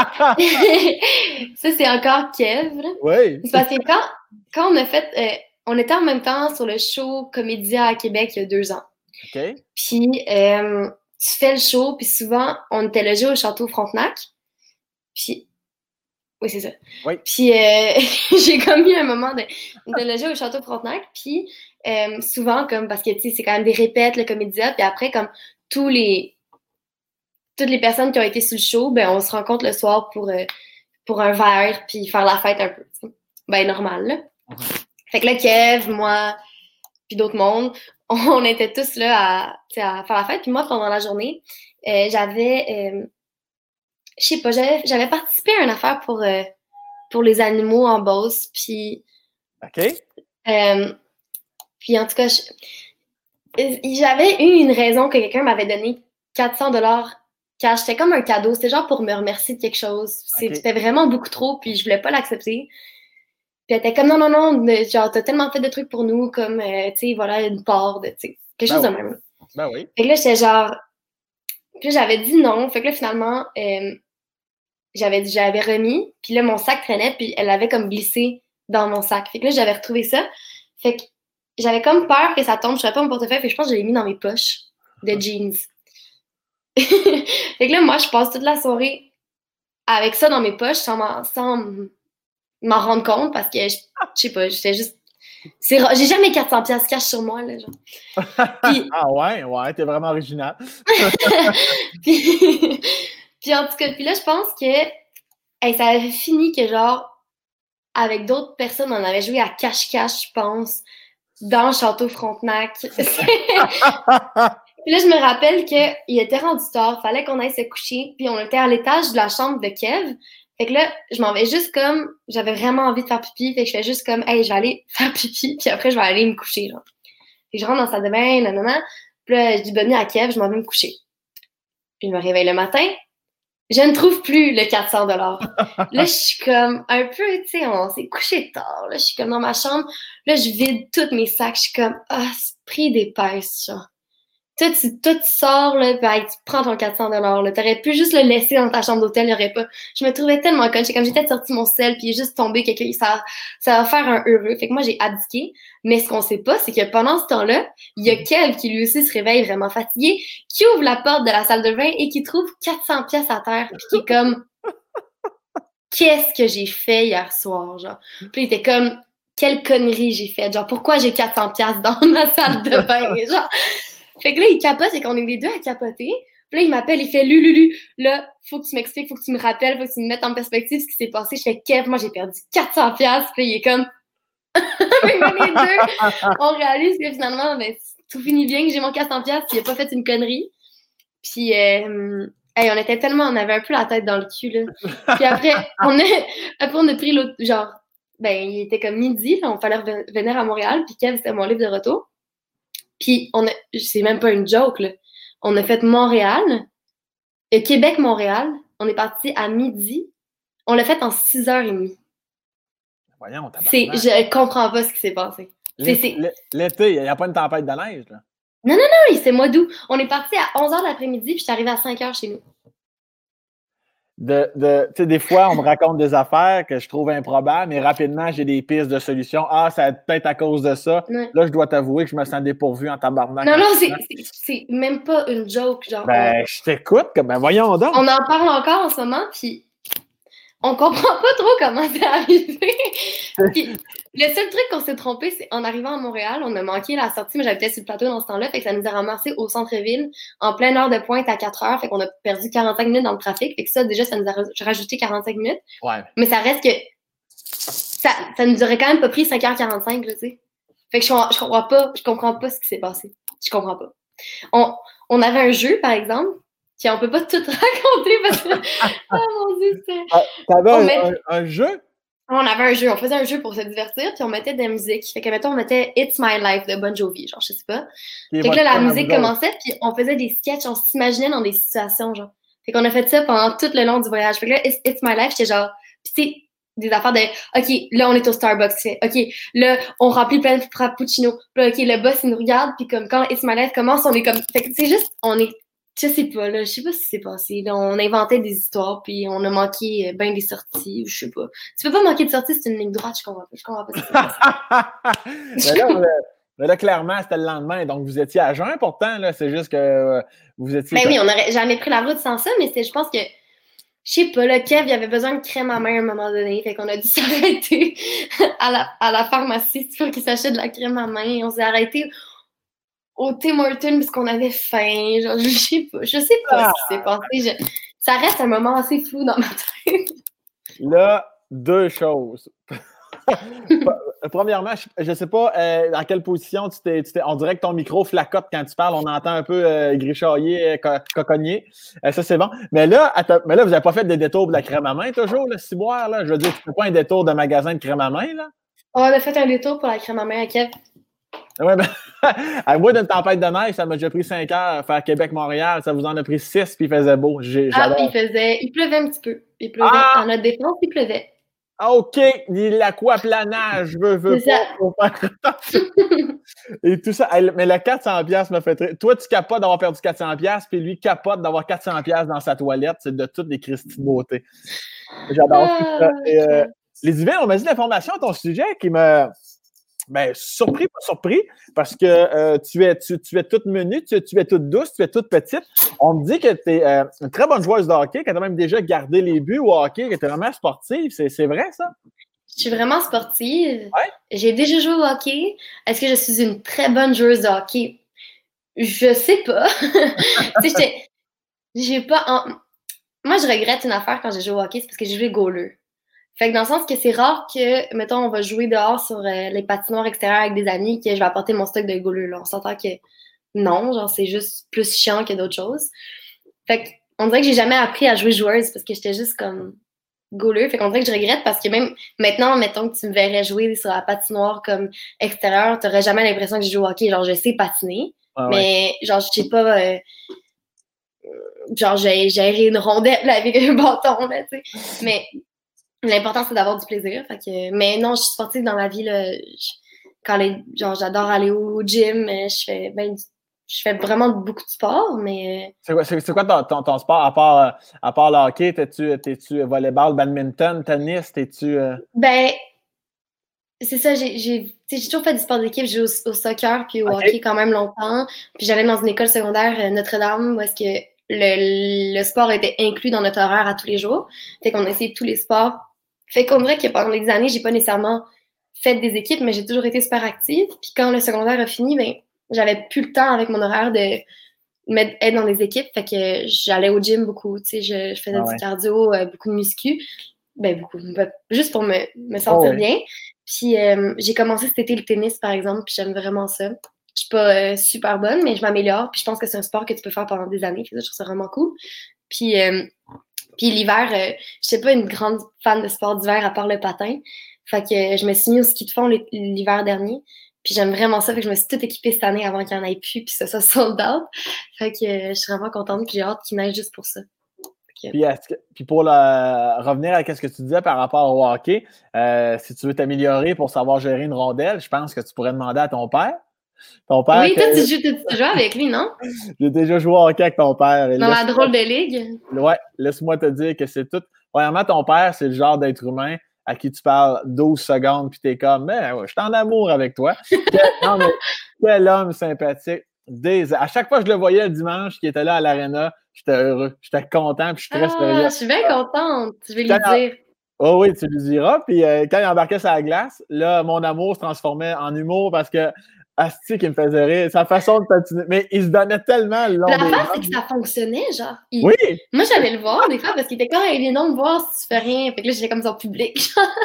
Ça, c'est encore Kev, là. Oui. C'est parce que quand on a fait... on était en même temps sur le show Comédia à Québec il y a 2 ans. OK. Puis, tu fais le show, puis souvent, on était logés au Château Frontenac. Puis... Oui, c'est ça. Oui. Puis, j'ai comme eu un moment on était logés au Château Frontenac, puis souvent, comme parce que, tu sais, c'est quand même des répètes, le Comédia, puis après, comme toutes les personnes qui ont été sur le show, ben on se rencontre le soir pour un verre puis faire la fête un peu. T'sais. Ben normal, là. Fait que là, Kev, moi, puis d'autres mondes, on était tous là à faire la fête. Puis moi, pendant la journée, j'avais je sais pas, j'avais participé à une affaire pour les animaux en Beauce, puis OK. puis en tout cas, j'avais eu une raison que quelqu'un m'avait donné 400 $ cash. C'était comme un cadeau. C'était genre pour me remercier de quelque chose. OK. C'était vraiment beaucoup trop, puis je voulais pas l'accepter. Puis elle était comme non, non, non, genre, t'as tellement fait de trucs pour nous, comme, tu sais, voilà, une part de, tu sais, quelque chose de même. Ben oui. Fait que là, j'étais genre. Puis là, j'avais dit non. Fait que là, finalement, j'avais remis. Puis là, mon sac traînait, puis elle avait comme glissé dans mon sac. Fait que là, j'avais retrouvé ça. Fait que j'avais comme peur que ça tombe. Je savais pas mon portefeuille. Fait que je pense que je l'ai mis dans mes poches de jeans. Fait que là, moi, je passe toute la soirée avec ça dans mes poches sans m'en rendre compte parce que, je sais pas, j'étais juste... J'ai jamais 400$ cash sur moi, là, genre. Puis... Ah ouais, t'es vraiment original. puis en tout cas, puis là, je pense que ça avait fini que, genre, avec d'autres personnes, on avait joué à cache-cache, je pense, dans le Château Frontenac. Puis là, je me rappelle qu'il était rendu tard, fallait qu'on aille se coucher, puis on était à l'étage de la chambre de Kev. Fait que là, je m'en vais juste comme, j'avais vraiment envie de faire pipi, fait que je fais juste comme, hey, je vais aller faire pipi, puis après, je vais aller me coucher, genre. Fait que je rentre dans sa salle de bain, nanana, puis là, je dis bonne nuit à Kev, je m'en vais me coucher. Puis je me réveille le matin, je ne trouve plus le 400$. Là, je suis comme un peu, tu sais, on s'est couché tard, là, je suis comme dans ma chambre, là, je vide tous mes sacs, je suis comme, esprit d'épaisse, genre. Toi, tu sors, là, ben, tu prends ton 400$, là. T'aurais pu juste le laisser dans ta chambre d'hôtel, il y aurait pas. Je me trouvais tellement conne. Comme j'étais sorti mon sel, puis il est juste tombé quelqu'un, ça va faire un heureux. Fait que moi, j'ai abdiqué. Mais ce qu'on sait pas, c'est que pendant ce temps-là, il y a Kev qui lui aussi se réveille vraiment fatigué, qui ouvre la porte de la salle de bain et qui trouve 400$ à terre, puis qui est comme, qu'est-ce que j'ai fait hier soir, genre. Puis il était comme, quelle connerie j'ai faite, genre, pourquoi j'ai 400$ dans ma salle de bain, genre. Fait que là, il capote, c'est qu'on est les deux à capoter. Puis là, il m'appelle, il fait Lulu, là, faut que tu m'expliques, faut que tu me rappelles, faut que tu me mettes en perspective ce qui s'est passé. Je fais Kev, moi j'ai perdu 400$. Puis là, il est comme. Puis là, les deux, on réalise que finalement, ben, tout finit bien, que j'ai mon 400$, il a pas fait une connerie. Puis, hey, on était tellement, on avait un peu la tête dans le cul, là. Puis après, on a pris l'autre, genre, ben, il était comme midi, là, on fallait venir à Montréal, puis Kev, c'était mon livre de retour. Puis, c'est même pas une joke, là. On a fait Montréal, Québec-Montréal. On est parti à midi. On l'a fait en 6h30. Voyons, Je comprends pas ce qui s'est passé. L'été, il n'y a pas une tempête de neige, là. Non, c'est mois d'août. On est parti à 11h de l'après-midi, puis je suis arrivée à 5h chez nous. Tu sais, des fois, on me raconte des affaires que je trouve improbables, mais rapidement, j'ai des pistes de solutions. Ah, ça va être peut-être à cause de ça. Ouais. Là, je dois t'avouer que je me sens dépourvu en tabarnak. Non, c'est même pas une joke. Genre, ben, je t'écoute. Ben, voyons donc. On en parle encore en ce moment, puis on comprend pas trop comment c'est arrivé. Puis, le seul truc qu'on s'est trompé, c'est en arrivant à Montréal, on a manqué la sortie, mais j'habitais sur le plateau dans ce temps-là, fait que ça nous a ramassé au centre-ville en pleine heure de pointe à 4h, fait qu'on a perdu 45 minutes dans le trafic, fait que ça, déjà, ça nous a rajouté 45 minutes. Ouais. Mais ça reste que ça nous aurait quand même pas pris 5h45, là, tu sais. Fait que je comprends pas ce qui s'est passé. Je comprends pas. On avait un jeu, par exemple, on peut pas tout raconter parce que. Oh mon Dieu, c'est. T'avais un jeu? On avait un jeu, on faisait un jeu pour se divertir, puis on mettait de la musique. Fait que, mettons, on mettait It's My Life de Bon Jovi, genre, je sais pas. Fait que là, la musique commençait, puis on faisait des sketchs, on s'imaginait dans des situations, genre. Fait qu'on a fait ça pendant tout le long du voyage. Fait que là, It's My Life, j'étais genre. Puis tu sais, des affaires de OK, là, on est au Starbucks. OK, là, on remplit plein de frappuccino. Puis là, OK, le boss, il nous regarde, puis comme quand It's My Life commence, on est comme. Fait que c'est juste, je sais pas, là, je sais pas ce qui s'est passé. Là, on inventait des histoires, puis on a manqué bien des sorties, je sais pas. Tu peux pas manquer de sorties, c'est une ligne droite, je comprends pas ce qui s'est passé. Mais là, clairement, c'était le lendemain, donc vous étiez à jeun pourtant, là, c'est juste que vous étiez... Ben oui, on n'aurait jamais pris la route sans ça, mais je pense que, je sais pas, là, Kev, il avait besoin de crème à main à un moment donné, fait qu'on a dû s'arrêter à la pharmacie pour qu'il s'achète de la crème à main. On s'est arrêté au Tim Hortons parce qu'on avait faim. Genre, je sais pas ce qui s'est passé. Ça reste un moment assez flou dans ma tête. Là, deux choses. Premièrement, je ne sais pas dans quelle position on dirait que ton micro flacote quand tu parles. On entend un peu grichailler, cocogner. Ça, c'est bon. Mais là, vous n'avez pas fait des détours de la crème à main toujours, le ciboire, là? Je veux dire, tu ne fais pas un détour de magasin de crème à main, là? On a fait un détour pour la crème à main à Kev. Ouais, ben, à moi, d'une tempête de neige, ça m'a déjà pris 5 heures faire Québec-Montréal. Ça vous en a pris 6, puis il faisait beau. Il pleuvait un petit peu. Il pleuvait. En notre défense, il pleuvait. OK, l'aquaplanage, je veux pas. Et tout ça. Mais le 400$ me fait très... Toi, tu capotes d'avoir perdu 400$, puis lui capote d'avoir 400$ dans sa toilette. C'est de toutes les Christy de beauté. J'adore tout ça. Et, les divins, on m'a dit l'information à ton sujet qui me... Ben, surpris, pas surpris, parce que tu es toute menue, tu es toute douce, tu es toute petite. On me dit que tu es une très bonne joueuse de hockey, que tu as même déjà gardé les buts au hockey, que tu es vraiment sportive. C'est vrai, ça? Je suis vraiment sportive. Ouais? J'ai déjà joué au hockey. Est-ce que je suis une très bonne joueuse de hockey? Je sais pas. Tu sais, j'ai pas... Moi, je regrette une affaire quand j'ai joué au hockey, c'est parce que j'ai joué goaler. Fait que dans le sens que c'est rare que, mettons, on va jouer dehors sur les patinoires extérieures avec des amis, que je vais apporter mon stock de goaler, là. On s'entend que non, genre, c'est juste plus chiant que d'autres choses. Fait que, on dirait que j'ai jamais appris à jouer joueuse parce que j'étais juste comme goaler. Fait qu'on dirait que je regrette parce que même maintenant, mettons que tu me verrais jouer sur la patinoire comme extérieure, t'aurais jamais l'impression que je joue au hockey. Genre, je sais patiner, mais genre, je sais pas... genre, j'ai géré une rondelle avec un bâton, là, tu sais. Mais... l'important, c'est d'avoir du plaisir. Fait que, mais non, je suis sportive dans la vie. Là, genre, j'adore aller au gym. Je fais vraiment beaucoup de sport, mais... C'est quoi ton sport à part le hockey? T'es-tu volleyball, badminton, tennis? Ben, c'est ça. J'ai toujours fait du sport d'équipe. J'ai joué au soccer puis au hockey quand même longtemps. Puis j'allais dans une école secondaire Notre-Dame où est-ce que le sport était inclus dans notre horaire à tous les jours. Fait qu'on essayait tous les sports. Fait qu'on dirait que pendant les années, j'ai pas nécessairement fait des équipes, mais j'ai toujours été super active. Puis quand le secondaire a fini, ben, j'avais plus le temps avec mon horaire de être dans des équipes. Fait que j'allais au gym beaucoup. Tu sais, je faisais du cardio, beaucoup de muscu. Ben, beaucoup. Juste pour me sentir bien. Puis j'ai commencé cet été le tennis, par exemple, puis j'aime vraiment ça. Je suis pas super bonne, mais je m'améliore. Puis je pense que c'est un sport que tu peux faire pendant des années. Fait que ça, je trouve ça vraiment cool. Puis l'hiver, je suis pas une grande fan de sport d'hiver à part le patin. Fait que je me suis mis au ski de fond l'hiver dernier. Puis j'aime vraiment ça. Fait que je me suis toute équipée cette année avant qu'il n'y en ait plus. Puis ça sold out. Fait que je suis vraiment contente. Puis j'ai hâte qu'il neige juste pour ça. Puis pour revenir à ce que tu disais par rapport au hockey, si tu veux t'améliorer pour savoir gérer une rondelle, je pense que tu pourrais demander à ton père. Ton père, oui, toi, tu joues avec lui, non? J'ai déjà joué au hockey avec ton père. Dans la drôle de ligue? Ouais, laisse-moi te dire que c'est tout. Premièrement, ton père, c'est le genre d'être humain à qui tu parles 12 secondes, puis t'es comme, mais ouais, je suis en amour avec toi. Non, mais quel homme sympathique. À chaque fois que je le voyais le dimanche, qui était là à l'aréna, j'étais heureux, j'étais content, puis je suis très sérieux. Je suis bien contente, je vais lui dire. Oh oui, tu lui diras. Puis quand il embarquait sur la glace, là, mon amour se transformait en humour parce que Asti qui me faisait rire, sa façon de patiner. Mais il se donnait tellement le long. L'affaire, c'est que ça fonctionnait, genre. Oui! Moi, j'allais le voir des fois parce qu'il était comme, il vient donc me voir si tu fais rien. Fait que là, j'étais comme son public.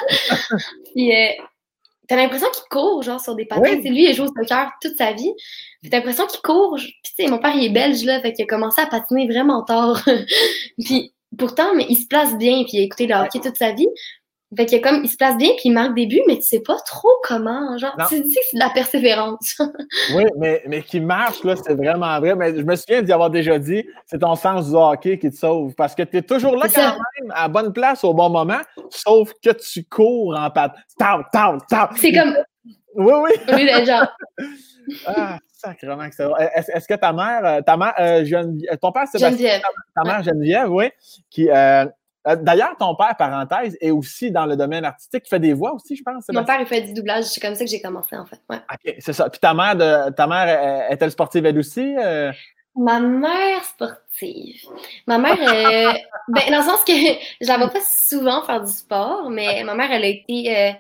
Puis t'as l'impression qu'il court, genre, sur des patins. Oui. Lui, il joue au soccer toute sa vie. Puis t'as l'impression qu'il court. Puis tu sais, mon père, il est belge, là. Fait qu'il a commencé à patiner vraiment tard. Puis pourtant, mais il se place bien. Puis il a écouté le hockey toute sa vie. Fait qu'il il se place bien, puis il marque des buts, mais tu sais pas trop comment. Genre, tu dis que c'est de la persévérance. Oui, mais qui marche, là, c'est vraiment vrai. Mais je me souviens d'y avoir déjà dit, c'est ton sens du hockey qui te sauve. Parce que tu es toujours là quand même, à bonne place au bon moment, sauf que tu cours en patte. C'est comme... Oui, oui. Oui, genre... Ah, sacrément que c'est vrai. Est-ce que ta mère ton père, c'est Geneviève. Ta mère, Geneviève, oui, qui... d'ailleurs, ton père, parenthèse, est aussi dans le domaine artistique. Il fait des voix aussi, je pense. Mon père, il fait du doublage. C'est comme ça que j'ai commencé, en fait. Ouais. OK, c'est ça. Puis ta mère est-elle sportive, elle aussi? Ma mère sportive. Ma mère, ben, dans le sens que je la vois pas souvent faire du sport, mais ma mère, elle a été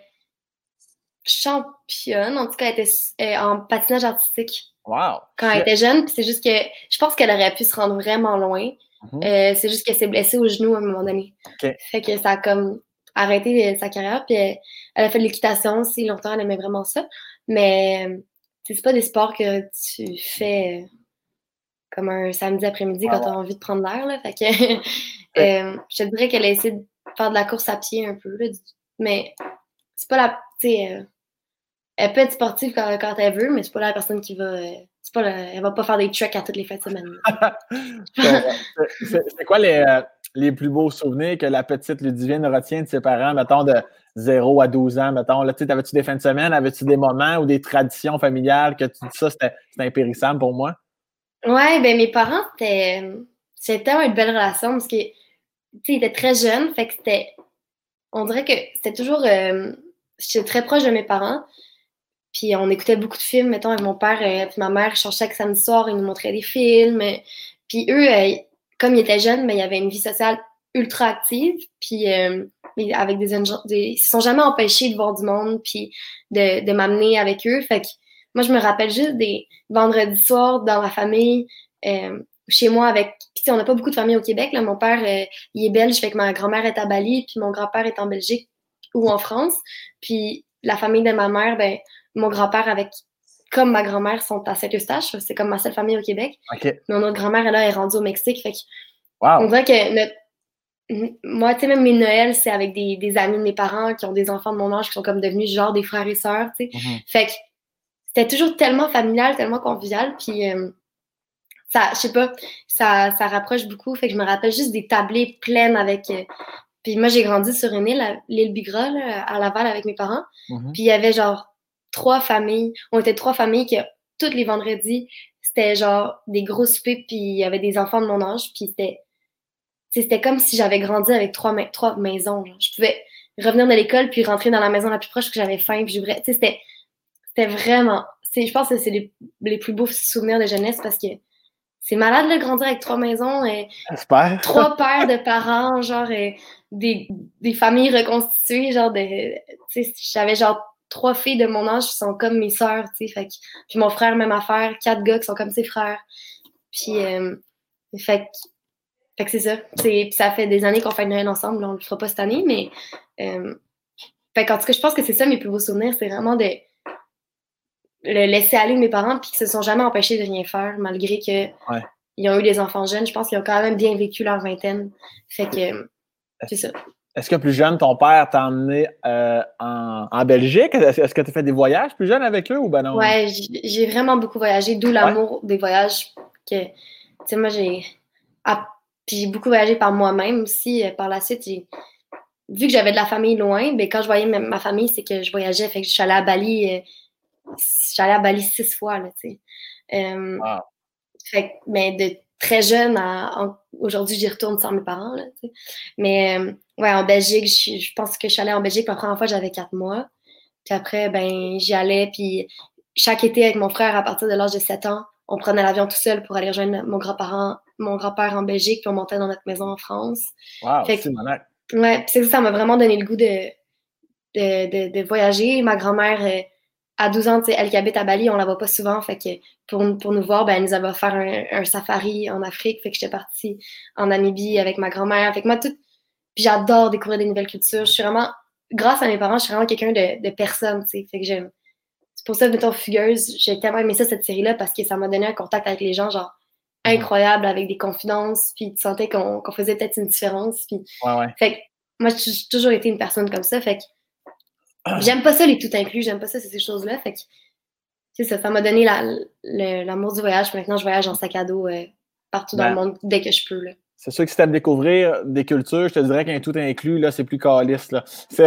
championne. En tout cas, elle était en patinage artistique. Wow! Quand elle était jeune. Puis c'est juste que je pense qu'elle aurait pu se rendre vraiment loin. C'est juste qu'elle s'est blessée au genou à un moment donné. Okay. Fait que ça a comme arrêté sa carrière, puis elle a fait de l'équitation aussi longtemps, elle aimait vraiment ça. Mais c'est pas des sports que tu fais comme un samedi après-midi quand tu as envie de prendre l'air, là. Fait que je te dirais qu'elle a essayé de faire de la course à pied un peu, là, mais c'est pas la... Tu sais, elle peut être sportive quand elle veut, mais c'est pas la personne qui va... elle va pas faire des treks à toutes les fêtes de semaine. C'est quoi les plus beaux souvenirs que la petite Ludivine retient de ses parents, mettons, de 0 à 12 ans, mettons? Là, avais-tu des fins de semaine? Avais-tu des moments ou des traditions familiales que tu dis ça, c'était impérissable pour moi? Ouais, ben mes parents, c'était tellement une belle relation parce que, tu sais, ils étaient très jeunes, fait que on dirait que c'était toujours, j'étais très proche de mes parents, puis on écoutait beaucoup de films, mettons, avec mon père puis ma mère, chaque samedi soir, ils nous montraient des films, puis eux, comme ils étaient jeunes, mais ils avaient une vie sociale ultra active, puis avec ils se sont jamais empêchés de voir du monde, puis de m'amener avec eux, fait que moi, je me rappelle juste des vendredis soirs dans ma famille, chez moi avec... Puis, on n'a pas beaucoup de famille au Québec. Là. Mon père, il est belge, fait que ma grand-mère est à Bali, puis mon grand-père est en Belgique ou en France. Puis, la famille de ma mère, ben, mon grand-père comme ma grand-mère, sont à Saint-Eustache. C'est comme ma seule famille au Québec. Okay. Mais notre grand-mère, elle est rendue au Mexique. Fait que wow. On dirait que moi, tu sais, même mes Noëls, c'est avec des amis de mes parents qui ont des enfants de mon âge qui sont comme devenus genre des frères et sœurs, tu sais. Mm-hmm. Fait que c'était toujours tellement familial, tellement convivial, puis ça, je sais pas, ça rapproche beaucoup, fait que je me rappelle juste des tablées pleines avec... puis moi, j'ai grandi sur une île, l'île Bigra, là, à Laval avec mes parents, puis il y avait genre 3 familles, on était 3 familles qui, tous les vendredis, c'était genre des gros soupers, puis il y avait des enfants de mon âge, puis c'était comme si j'avais grandi avec 3 maisons, genre. Je pouvais revenir de l'école, puis rentrer dans la maison la plus proche, que j'avais faim, puis c'était vraiment... je pense que c'est les plus beaux souvenirs de jeunesse parce que c'est malade de grandir avec 3 maisons et 3 paires de parents, genre des familles reconstituées, genre j'avais genre 3 filles de mon âge qui sont comme mes sœurs, tu sais, puis mon frère, même affaire, 4 gars qui sont comme ses frères. Puis, fait que c'est ça. Ça fait des années qu'on fait Noël ensemble, là, on le fera pas cette année, mais fait qu'en tout cas, je pense que c'est ça mes plus beaux souvenirs, c'est vraiment de le laisser aller de mes parents puis qu'ils se sont jamais empêchés de rien faire malgré que ils ont eu des enfants jeunes. Je pense qu'ils ont quand même bien vécu leur vingtaine. Fait que c'est ça. Est-ce que plus jeune, ton père t'a emmené en Belgique? Est-ce que tu as fait des voyages plus jeunes avec eux ou ben non? Ouais, j'ai vraiment beaucoup voyagé, d'où l'amour des voyages que, tu sais, moi puis j'ai beaucoup voyagé par moi-même aussi. Par la suite, vu que j'avais de la famille loin, ben quand je voyais ma famille, c'est que je voyageais. Fait que je suis allée à Bali. J'allais à Bali 6 fois, là, tu sais. Wow. Fait mais de très jeune aujourd'hui, j'y retourne sans mes parents, là, tu sais. Mais, ouais, en Belgique, je pense que je suis allée en Belgique la première fois, j'avais 4 mois. Puis après, ben, j'y allais, puis chaque été avec mon frère, à partir de l'âge de 7 ans, on prenait l'avion tout seul pour aller rejoindre mon grand-père en Belgique, puis on montait dans notre maison en France. Wow, c'est malade. Ouais, puis ça m'a vraiment donné le goût de voyager. Ma grand-mère... à 12 ans, elle qui habite à Bali, on la voit pas souvent, fait que pour nous voir, ben, elle nous avait offert un safari en Afrique, fait que j'étais partie en Namibie avec ma grand-mère, fait que moi, puis j'adore découvrir des nouvelles cultures, je suis vraiment, grâce à mes parents, je suis vraiment quelqu'un de personne, tu sais, fait que c'est pour ça, mettons, Fugueuse, j'ai tellement aimé ça, cette série-là, parce que ça m'a donné un contact avec les gens, genre, incroyable, avec des confidences, puis tu sentais qu'on faisait peut-être une différence, puis... Fait que moi, j'ai toujours été une personne comme ça, fait que j'aime pas ça, les tout inclus. J'aime pas ça, ces choses-là. Fait que, c'est ça. Ça m'a donné l'amour du voyage. Puis maintenant, je voyage en sac à dos partout dans le monde dès que je peux. Là. C'est sûr que si tu aimes découvrir des cultures, je te dirais qu'un tout inclus, là, c'est plus caliste. Là. Ça,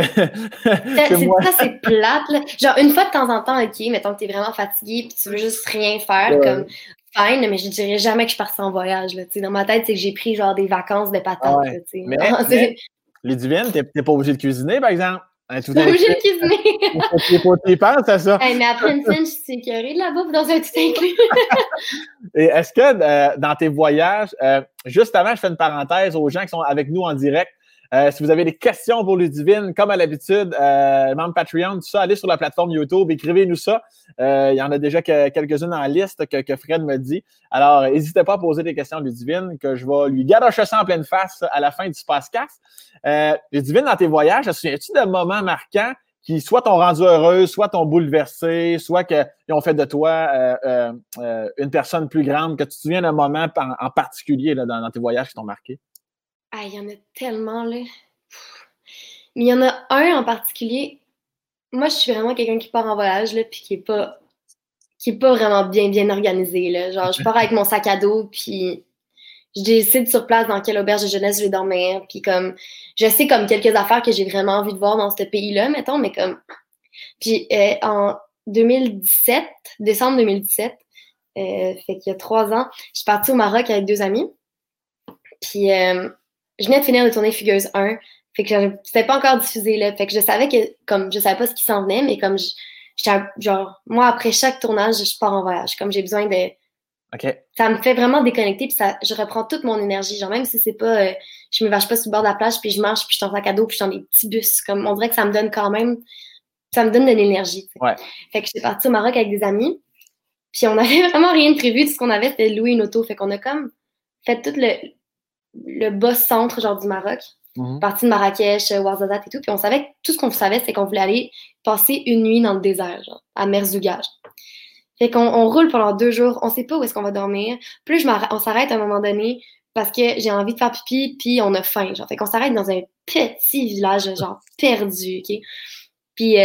c'est plate. Là. Genre, une fois de temps en temps, OK, mettons que t'es vraiment fatigué puis tu veux juste rien faire, comme fine, mais je dirais jamais que je parte en voyage. Là, dans ma tête, c'est que j'ai pris genre des vacances de patates. Là, mais Ludivine, t'es pas obligé de cuisiner, par exemple. Tout obligé de cuisiner. Tu penses à ça. Hey, mais après une scène, je suis écœurée de la bouffe dans un tout inclus. Et est-ce que dans tes voyages, juste avant, je fais une parenthèse aux gens qui sont avec nous en direct, Si vous avez des questions pour Ludivine, comme à l'habitude, membre Patreon, tout ça, allez sur la plateforme YouTube, écrivez-nous ça. Il y en a déjà quelques-unes en liste que Fred me dit. Alors, n'hésitez pas à poser des questions à Ludivine, que je vais lui garocher ça en pleine face à la fin du podcast. Ludivine, dans tes voyages, te souviens-tu de moments marquants qui soit t'ont rendu heureuse, soit t'ont bouleversé, soit qu'ils ont fait de toi une personne plus grande, que tu te souviens d'un moment en particulier là, dans tes voyages qui t'ont marqué? Ah, il y en a tellement, là. Mais il y en a un en particulier. Moi, je suis vraiment quelqu'un qui part en voyage, là, puis qui est pas vraiment bien organisé, là. Genre, je pars avec mon sac à dos, puis je décide sur place dans quelle auberge de jeunesse je vais dormir, puis comme, je sais comme quelques affaires que j'ai vraiment envie de voir dans ce pays-là, mettons, mais comme... Puis en 2017, décembre 2017, fait qu'il y a 3 ans, je suis partie au Maroc avec 2 amis, puis je venais de finir de tourner Fugueuse 1, fait que c'était pas encore diffusé, là, fait que je savais que, comme, je savais pas ce qui s'en venait, mais comme, genre, moi, après chaque tournage, je pars en voyage, comme j'ai besoin de... Okay. Ça me fait vraiment déconnecter, puis je reprends toute mon énergie, genre, même si c'est pas, je me vache pas sur le bord de la plage, puis je marche, puis je suis en sac à dos, puis je suis dans des petits bus, comme, on dirait que ça me donne quand même, ça me donne de l'énergie, ouais. Fait que j'étais partie au Maroc avec des amis, puis on avait vraiment rien de prévu, tout ce qu'on avait, c'était de louer une auto, fait qu'on a comme fait tout le bas centre, genre, du Maroc, partie de Marrakech, Ouarzazate et tout, puis on savait, tout ce qu'on savait, c'est qu'on voulait aller passer une nuit dans le désert, genre, à Merzouga. Fait qu'on roule pendant 2 jours, on sait pas où est-ce qu'on va dormir. Plus on s'arrête à un moment donné parce que j'ai envie de faire pipi, puis on a faim, genre. Fait qu'on s'arrête dans un petit village, genre, perdu, OK? Puis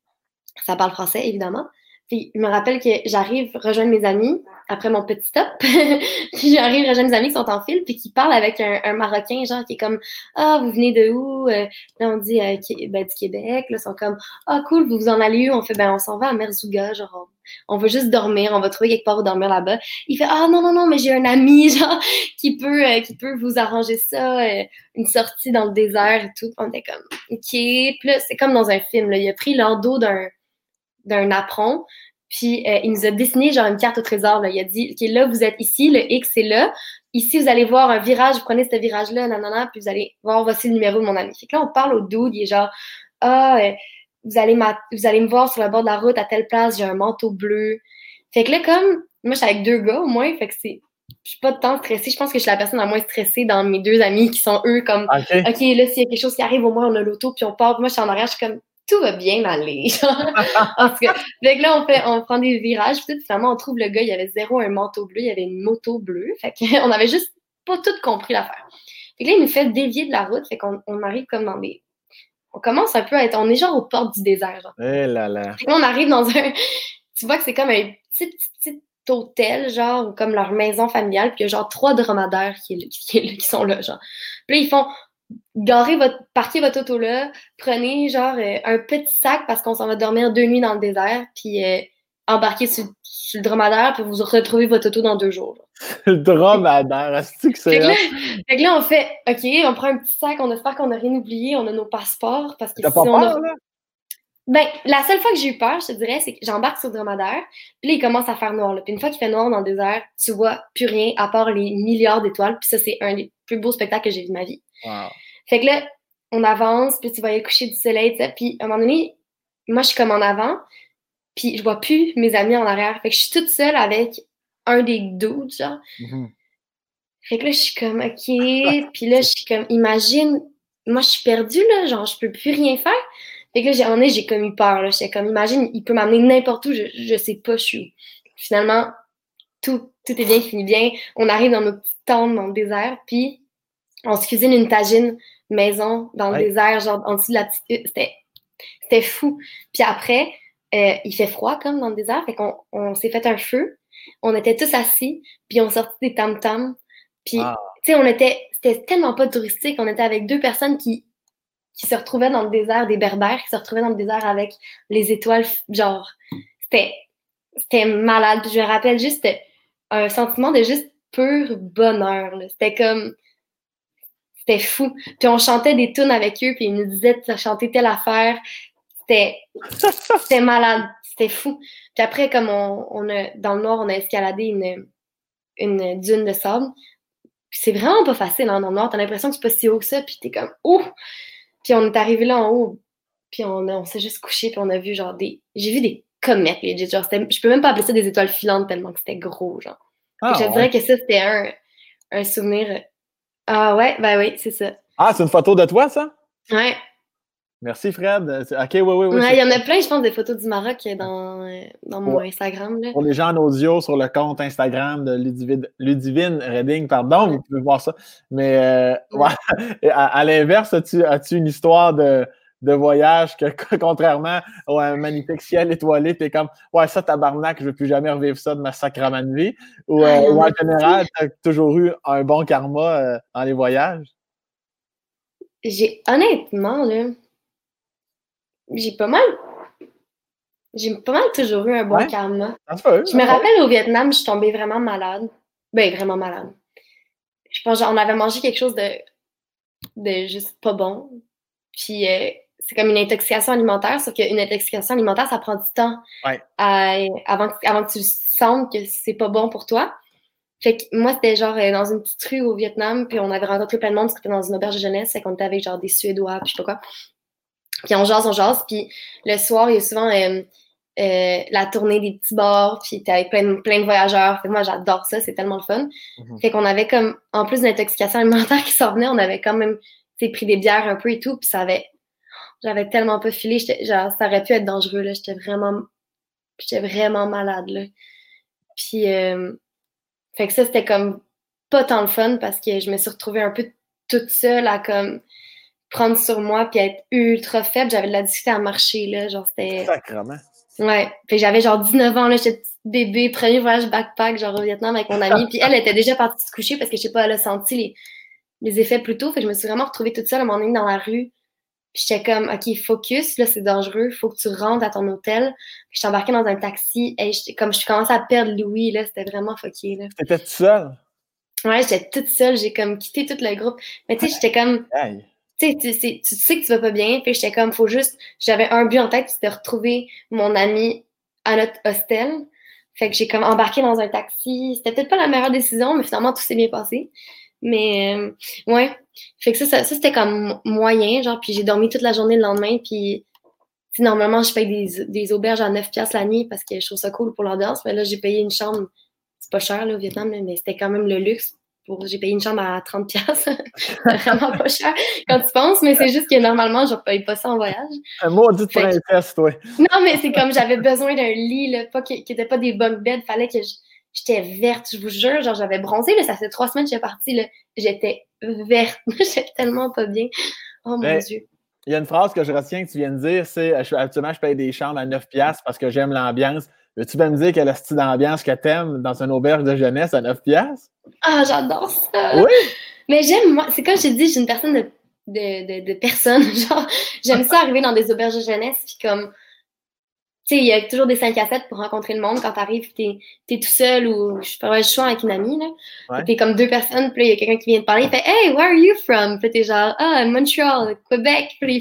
ça parle français, évidemment. Puis je me rappelle que j'arrive rejoindre mes amis après mon petit stop. Puis j'arrive rejoindre mes amis qui sont en file, puis qui parlent avec un Marocain, genre, qui est comme « Ah, vous venez de où? » Là, on dit du Québec. Là, ils sont comme « Ah, cool, vous vous en allez où? » On fait « Ben, on s'en va à Merzouga, genre, on veut juste dormir, on va trouver quelque part où dormir là-bas. » Il fait « Ah, non, mais j'ai un ami, genre, qui peut vous arranger ça, une sortie dans le désert et tout. » On était comme « OK. » Puis là, c'est comme dans un film, là. Il a pris l'endos d'un apron, puis il nous a dessiné genre une carte au trésor, là. Il a dit, OK, là, vous êtes ici, le X est là, ici, vous allez voir un virage, vous prenez ce virage-là, nanana, puis vous allez voir, voici le numéro de mon ami. Fait que là, on parle au dude, il est genre, vous allez me voir sur le bord de la route à telle place, j'ai un manteau bleu. Fait que là, comme, moi, je suis avec 2 gars, au moins, fait que je suis pas tant stressée. Je pense que je suis la personne la moins stressée dans mes 2 amis qui sont eux comme, OK, là, s'il y a quelque chose qui arrive, au moins, on a l'auto, puis on part. Puis moi, je suis en arrière, je suis comme, tout va bien aller. En tout cas, fait que là, on prend des virages, puis finalement, on trouve le gars, il y avait un manteau bleu, il y avait une moto bleue. Fait qu'on avait juste pas tout compris l'affaire. Fait que là, il nous fait dévier de la route, fait qu'on arrive comme dans des... On commence un peu à être... On est genre aux portes du désert, genre. Eh là là. Fait que là, on arrive dans un... Tu vois que c'est comme un petit hôtel, genre, comme leur maison familiale, puis il y a genre 3 dromadaires qui sont là, genre. Puis là, ils font... Parquez votre auto là, prenez genre un petit sac parce qu'on s'en va dormir 2 nuits dans le désert, puis embarquez sur le dromadaire, puis vous retrouvez votre auto dans 2 jours. Le dromadaire, est-ce que c'est fait que là, on fait, OK, on prend un petit sac, on espère qu'on n'a rien oublié, on a nos passeports, parce que t'as pas peur, là? Ben, la seule fois que j'ai eu peur, je te dirais, c'est que j'embarque sur le dromadaire, puis là, il commence à faire noir, là. Puis une fois qu'il fait noir dans le désert, tu vois plus rien à part les milliards d'étoiles, puis ça, c'est un des plus beaux spectacles que j'ai vu de ma vie. Wow. Fait que là, on avance, puis tu voyais le coucher du soleil, tu sais, puis à un moment donné, moi, je suis comme en avant, puis je vois plus mes amis en arrière. Fait que je suis toute seule avec un des dudes, genre. Fait que là, je suis comme, OK, puis là, je suis comme, imagine, moi, je suis perdue, là, genre, je peux plus rien faire. Fait que là, j'ai comme eu peur, là. J'étais comme, imagine, il peut m'amener n'importe où, je sais pas, je suis où. Finalement, tout est bien qui finit bien. On arrive dans nos petites tentes dans le désert, puis on se cuisine une tagine maison dans le désert, genre en dessous de la petite... C'était fou. Puis après, il fait froid comme dans le désert, fait qu'on s'est fait un feu. On était tous assis, puis on sortit des tam-tams. Puis, tu sais, c'était tellement pas touristique. On était avec 2 personnes qui se retrouvaient dans le désert, des berbères qui se retrouvaient dans le désert avec les étoiles, genre, c'était malade. Puis je me rappelle juste un sentiment de juste pur bonheur, là. C'était fou. Puis on chantait des tunes avec eux, puis ils nous disaient de chanter telle affaire. C'était malade. C'était fou. Puis après, comme dans le noir, on a escaladé une dune de sable. Puis c'est vraiment pas facile, hein, dans le Nord. T'as l'impression que c'est pas si haut que ça, puis t'es comme « Ouh! » Puis on est arrivé là en haut, puis on s'est juste couché, puis on a vu genre J'ai vu des comètes, legit, genre, je peux même pas appeler ça des étoiles filantes tellement que c'était gros, genre. Ah, je dirais que ça, c'était un souvenir... Ah ouais, ben oui, c'est ça. Ah, c'est une photo de toi, ça? Ouais. Merci, Fred. OK, oui. Ouais, il y en a plein, je pense, des photos du Maroc dans mon Instagram. Là. Pour les gens en audio, sur le compte Instagram de Ludivine Redding, pardon, vous pouvez voir ça. Mais ouais. À l'inverse, as-tu une histoire de voyage que, contrairement à un magnifique ciel étoilé, t'es comme « Ouais, ça, tabarnak, je ne veux plus jamais revivre ça de ma sacrament de vie. » Ou en général, tu as toujours eu un bon karma dans les voyages? Honnêtement, là, j'ai pas mal toujours eu un bon karma. Je me rappelle au Vietnam, je suis tombée vraiment malade. Ben, vraiment malade. Je pense on avait mangé quelque chose de juste pas bon. Puis c'est comme une intoxication alimentaire, sauf qu'une intoxication alimentaire, ça prend du temps avant que tu sentes que c'est pas bon pour toi. Fait que moi, c'était genre dans une petite rue au Vietnam, puis on avait rencontré plein de monde, c'était dans une auberge de jeunesse, fait qu'on était avec genre des Suédois, puis je sais pas quoi. Puis on jase, puis le soir, il y a souvent la tournée des petits bars, puis t'es avec plein de voyageurs. Fait que moi, j'adore ça, c'est tellement le fun. Fait qu'on avait comme, en plus de l'intoxication alimentaire qui s'en venait, on avait quand même pris des bières un peu et tout, puis j'avais tellement pas filé, genre, ça aurait pu être dangereux, là, j'étais vraiment malade, là. Puis, fait que ça, c'était comme pas tant le fun parce que je me suis retrouvée un peu toute seule à comme prendre sur moi puis être ultra faible. J'avais de la difficulté à marcher, là. Genre, c'était... Sacrement. Ouais. Puis j'avais genre 19 ans, là. J'étais petite bébé, premier voyage backpack, genre au Vietnam avec mon amie. Puis elle était déjà partie se coucher parce que, je sais pas, elle a senti les effets plus tôt. Fait que je me suis vraiment retrouvée toute seule à un moment donné dans la rue. Puis j'étais comme, OK, focus, là, c'est dangereux. Faut que tu rentres à ton hôtel. Puis je suis embarquée dans un taxi. Et je commençais à perdre Louis, là. C'était vraiment fucké, là. T'étais toute seule? Ouais, j'étais toute seule. J'ai comme quitté tout le groupe. Mais tu sais, j'étais comme... Tu sais que tu vas pas bien. Puis j'étais comme, j'avais un but en tête, c'était de retrouver mon ami à notre hostel. Fait que j'ai comme embarqué dans un taxi. C'était peut-être pas la meilleure décision, mais finalement, tout s'est bien passé. Mais, ouais. Fait que ça c'était comme moyen, genre, puis j'ai dormi toute la journée le lendemain, puis normalement, je paye des auberges à 9$ la nuit parce que je trouve ça cool pour l'ambiance, mais là, j'ai payé une chambre, c'est pas cher, là, au Vietnam, mais c'était quand même le luxe. J'ai payé une chambre à 30$. C'est vraiment pas cher quand tu penses, mais c'est juste que normalement, je ne paye pas ça en voyage. Un maudit princesse, toi. Non, mais c'est comme j'avais besoin d'un lit, là, pas qui n'était pas des bunk beds. Fallait que j'étais verte, je vous jure. Genre, j'avais bronzé, là, ça fait 3 semaines que j'étais partie. Là, j'étais verte. J'étais tellement pas bien. Oh mon Dieu. Il y a une phrase que je retiens que tu viens de dire, c'est actuellement, je paye des chambres à 9$ parce que j'aime l'ambiance. Veux-tu bien me dire quelle est le style d'ambiance que t'aimes dans une auberge de jeunesse à 9$? Ah, j'adore ça! Oui! Mais moi, c'est comme je te dis, je suis une personne de personne. Genre, j'aime ça arriver dans des auberges de jeunesse, puis comme, tu sais, il y a toujours des 5 à 7 pour rencontrer le monde quand t'arrives, t'es tout seul ou je suis avec une amie, là. Ouais. T'es comme 2 personnes, puis là, il y a quelqu'un qui vient te parler, il fait « Hey, where are you from? » Puis t'es genre « Ah, Montreal, Québec. » Puis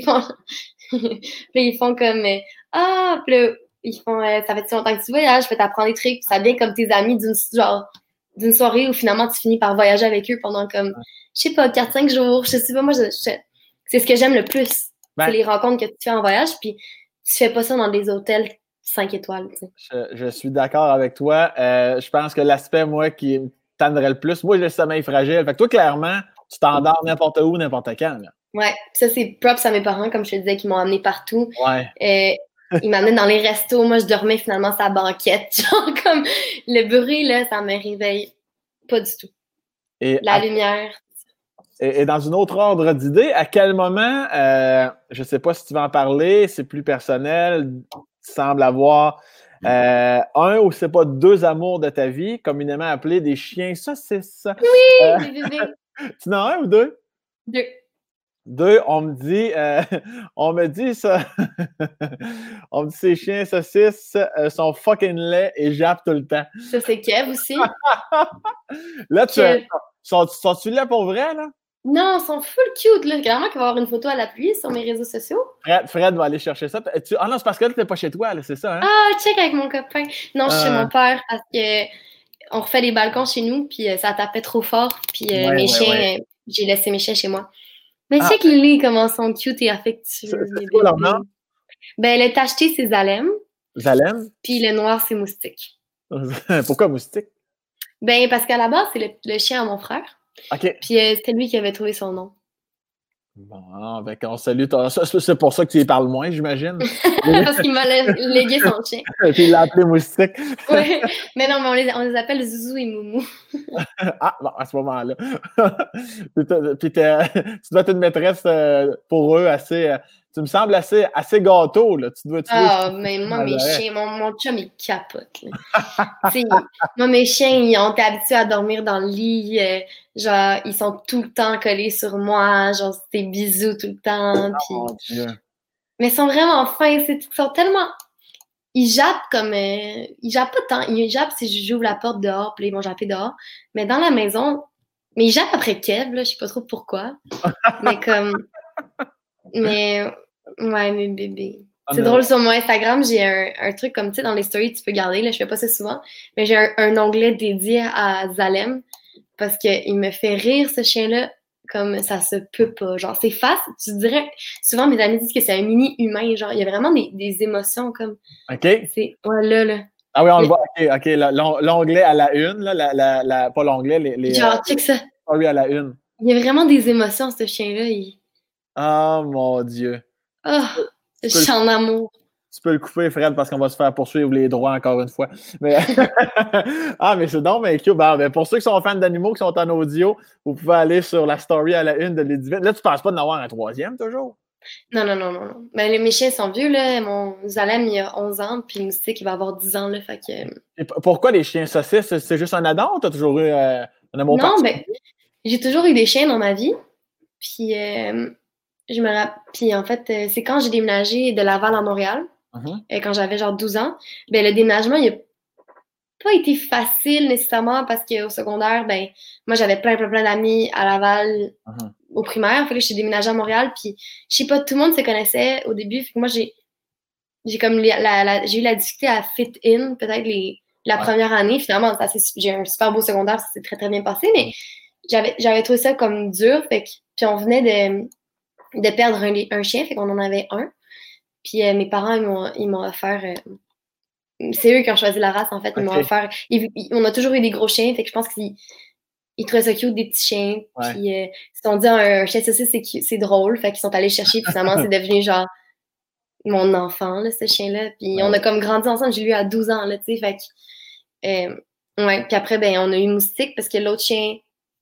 ils font comme « Ah, puis là, ils font ça fait si longtemps que tu voyages, je vais t'apprendre des trucs. » Puis ça devient comme tes amis d'une soirée où finalement tu finis par voyager avec eux pendant comme, je sais pas, 4-5 jours. Je sais pas, moi, c'est ce que j'aime le plus. C'est les rencontres que tu fais en voyage, puis tu fais pas ça dans des hôtels 5 étoiles. Tu sais. Je suis d'accord avec toi. Je pense que l'aspect, moi, qui me tannerait le plus, moi, j'ai le sommeil fragile. Fait que toi, clairement, tu t'endors n'importe où, n'importe quand. Là. Ouais, ça, c'est props à mes parents, comme je te disais, qui m'ont amené partout. Ouais. Ils m'amenaient dans les restos. Moi, je dormais finalement sur la banquette. Genre, comme le bruit, là, ça me réveille pas du tout. La lumière. Et dans une autre ordre d'idée, à quel moment, je ne sais pas si tu vas en parler, c'est plus personnel, tu sembles avoir un ou c'est pas 2 amours de ta vie, communément appelés des chiens saucisses. Oui, des bébés. Tu en as un ou 2? 2. 2, on me dit ça. On me dit ces chiens saucisses sont fucking laids et jappent tout le temps. Ça, c'est Kev aussi. Là, sont-tu là pour vrai, là? Non, ils sont full cute, là. Clairement qu'il va y avoir une photo à l'appui sur mes réseaux sociaux. Fred va aller chercher ça. Ah non, c'est parce que là, t'es pas chez toi, là, c'est ça, hein? Ah, check avec mon copain. Non, je suis chez mon père parce que on refait les balcons chez nous, puis ça tapait trop fort, puis mes chiens, j'ai laissé mes chiens chez moi. Mais check Lily, comment ils sont cute et affectueux. C'est quoi leur nom? Ben, le tacheté, c'est Zalem. Zalem? Puis le noir, c'est Moustique. Pourquoi Moustique? Ben, parce qu'à la base, c'est le chien à mon frère. OK. Puis c'était lui qui avait trouvé son nom. Bon, ben, on salue. C'est pour ça que tu y parles moins, j'imagine. Parce qu'il m'a légué son chien. Puis il l'a appelé Moustique. Oui, mais non, mais on les appelle Zouzou et Moumou. Ah, bon, à ce moment-là. Puis tu dois être une maîtresse pour eux assez. Tu me sembles assez gâteau, là. Tu dois mais moi, mes chiens, mon chum, il capote. Moi, mes chiens, ils ont été habitués à dormir dans le lit. Genre, ils sont tout le temps collés sur moi. Genre, c'est des bisous tout le temps. Oh, mon Dieu. Mais ils sont vraiment fins. Ils sont tellement. Ils jappent comme. Ils jappent pas tant. Ils jappent si j'ouvre la porte dehors, puis ils vont japper dehors. Mais dans la maison. Mais ils jappent après Kev, là. Je sais pas trop pourquoi. Mais comme. Mais. Ouais, mes bébés. C'est drôle, sur mon Instagram, j'ai un truc comme, tu sais, dans les stories, tu peux garder, là, je fais pas ça souvent, mais j'ai un onglet dédié à Zalem parce qu'il me fait rire, ce chien-là, comme ça se peut pas. Genre, ses faces, tu dirais, souvent mes amis disent que c'est un mini-humain, genre, il y a vraiment des émotions comme. OK. Ouais, là. Ah oui, on le voit, OK. L'onglet à la une, là, pas l'onglet, les genre, check ça. stories à la une. Il y a vraiment des émotions, ce chien-là. Oh, mon Dieu. Oh, je suis en amour. Tu peux le couper, Fred, parce qu'on va se faire poursuivre les droits encore une fois. Mais... ah, mais c'est donc mais cute. Ben, pour ceux qui sont fans d'animaux, qui sont en audio, vous pouvez aller sur la story à la une de Ludivine. Là, tu ne penses pas d'en avoir un troisième, toujours? Non. Ben, mes chiens sont vieux, là. Mon Zalem, il a 11 ans, puis Moustique, il va avoir 10 ans, là. Fait que... Et pourquoi les chiens saucisses? C'est juste un addon ou tu as toujours eu un amour particulier? Ben, j'ai toujours eu des chiens dans ma vie. Puis... Puis en fait, c'est quand j'ai déménagé de Laval à Montréal, quand j'avais genre 12 ans, ben le déménagement, il n'a pas été facile nécessairement parce qu'au secondaire, ben moi j'avais plein d'amis à Laval au primaire. Fait que je suis déménagée à Montréal, puis je sais pas, tout le monde se connaissait au début. Fait que moi j'ai comme j'ai eu la difficulté à fit in peut-être la première année. Finalement, j'ai un super beau secondaire, ça s'est très très bien passé, mais j'avais trouvé ça comme dur. Fait que, puis on venait de perdre un chien, fait qu'on en avait un. Puis mes parents, ils m'ont offert... c'est eux qui ont choisi la race, en fait. Ils m'ont offert... on a toujours eu des gros chiens, fait que je pense qu'ils trouvaient ça cute, des petits chiens. Puis ils se sont dit, un chien saucisse, c'est drôle. Fait qu'ils sont allés chercher, puis finalement, c'est devenu genre mon enfant, là, ce chien-là. Puis on a comme grandi ensemble. J'ai eu à 12 ans, là, tu sais. Fait que... ouais, puis après, ben on a eu Moustique, parce que l'autre chien,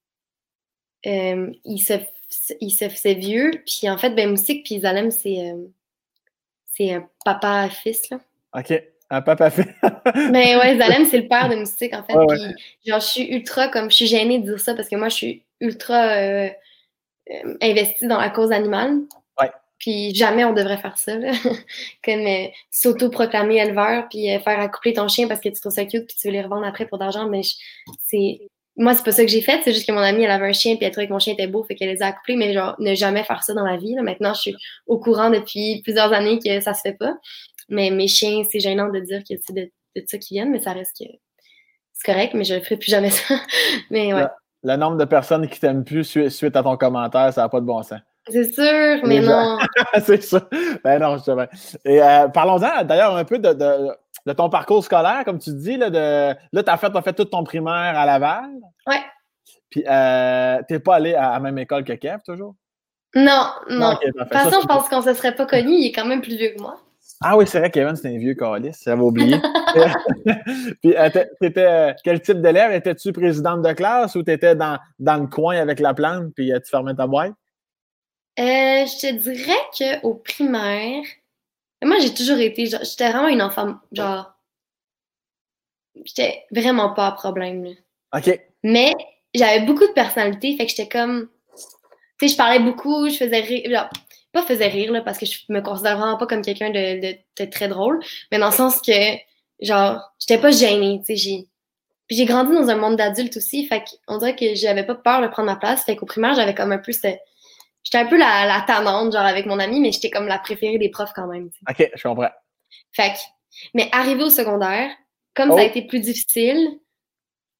il se faisait vieux. Puis en fait, ben Moustique puis Zalem, c'est un papa-fils, là. OK. Un papa-fils. Mais ouais, Zalem, c'est le père de Moustique, en fait. Puis genre, je suis ultra, comme, je suis gênée de dire ça parce que moi, je suis ultra investie dans la cause animale. Ouais. Puis jamais on devrait faire ça, là. Comme s'auto-proclamer éleveur puis faire accoupler ton chien parce que tu trouves ça cute puis tu veux les revendre après pour d'argent. Mais moi, c'est pas ça que j'ai fait. C'est juste que mon amie, elle avait un chien puis elle trouvait que mon chien était beau, fait qu'elle les a accouplés. Mais genre, ne jamais faire ça dans la vie, là. Maintenant, je suis au courant depuis plusieurs années que ça se fait pas. Mais mes chiens, c'est gênant de dire que c'est de ça qu'ils viennent, mais ça reste que c'est correct, mais je ne ferai plus jamais ça. Mais ouais. Le nombre de personnes qui t'aiment plus suite à ton commentaire, ça n'a pas de bon sens. C'est sûr, mais non. C'est ça. Ben non, justement. Et parlons-en d'ailleurs un peu de ton parcours scolaire, comme tu dis. Là, tu as fait tout ton primaire à Laval. Ouais. Puis, t'es pas allé à la même école que Kev, toujours? Non. Okay, de toute façon, je pense qu'on ne se serait pas connus. Il est quand même plus vieux que moi. Ah oui, c'est vrai, Kevin, c'est un vieux calice. J'avais oublié. Puis, t'étais quel type d'élève? Étais-tu présidente de classe ou t'étais dans le coin avec la plante puis tu fermais ta boîte? Je te dirais qu'au primaire, moi, j'ai toujours été, genre, j'étais vraiment une enfant, genre, j'étais vraiment pas à problème, là. OK. Mais j'avais beaucoup de personnalité, fait que j'étais comme, tu sais, je parlais beaucoup, je faisais rire, genre, pas faisais rire, là, parce que je me considère vraiment pas comme quelqu'un de très drôle, mais dans le sens que, genre, j'étais pas gênée, tu sais, puis j'ai grandi dans un monde d'adultes aussi, fait qu'on dirait que j'avais pas peur de prendre ma place, fait qu'au primaire, j'avais comme un peu j'étais un peu la tannante, genre, avec mon amie, mais j'étais comme la préférée des profs quand même. T'sais. OK, je comprends. Fait que, mais arrivé au secondaire, comme ça a été plus difficile,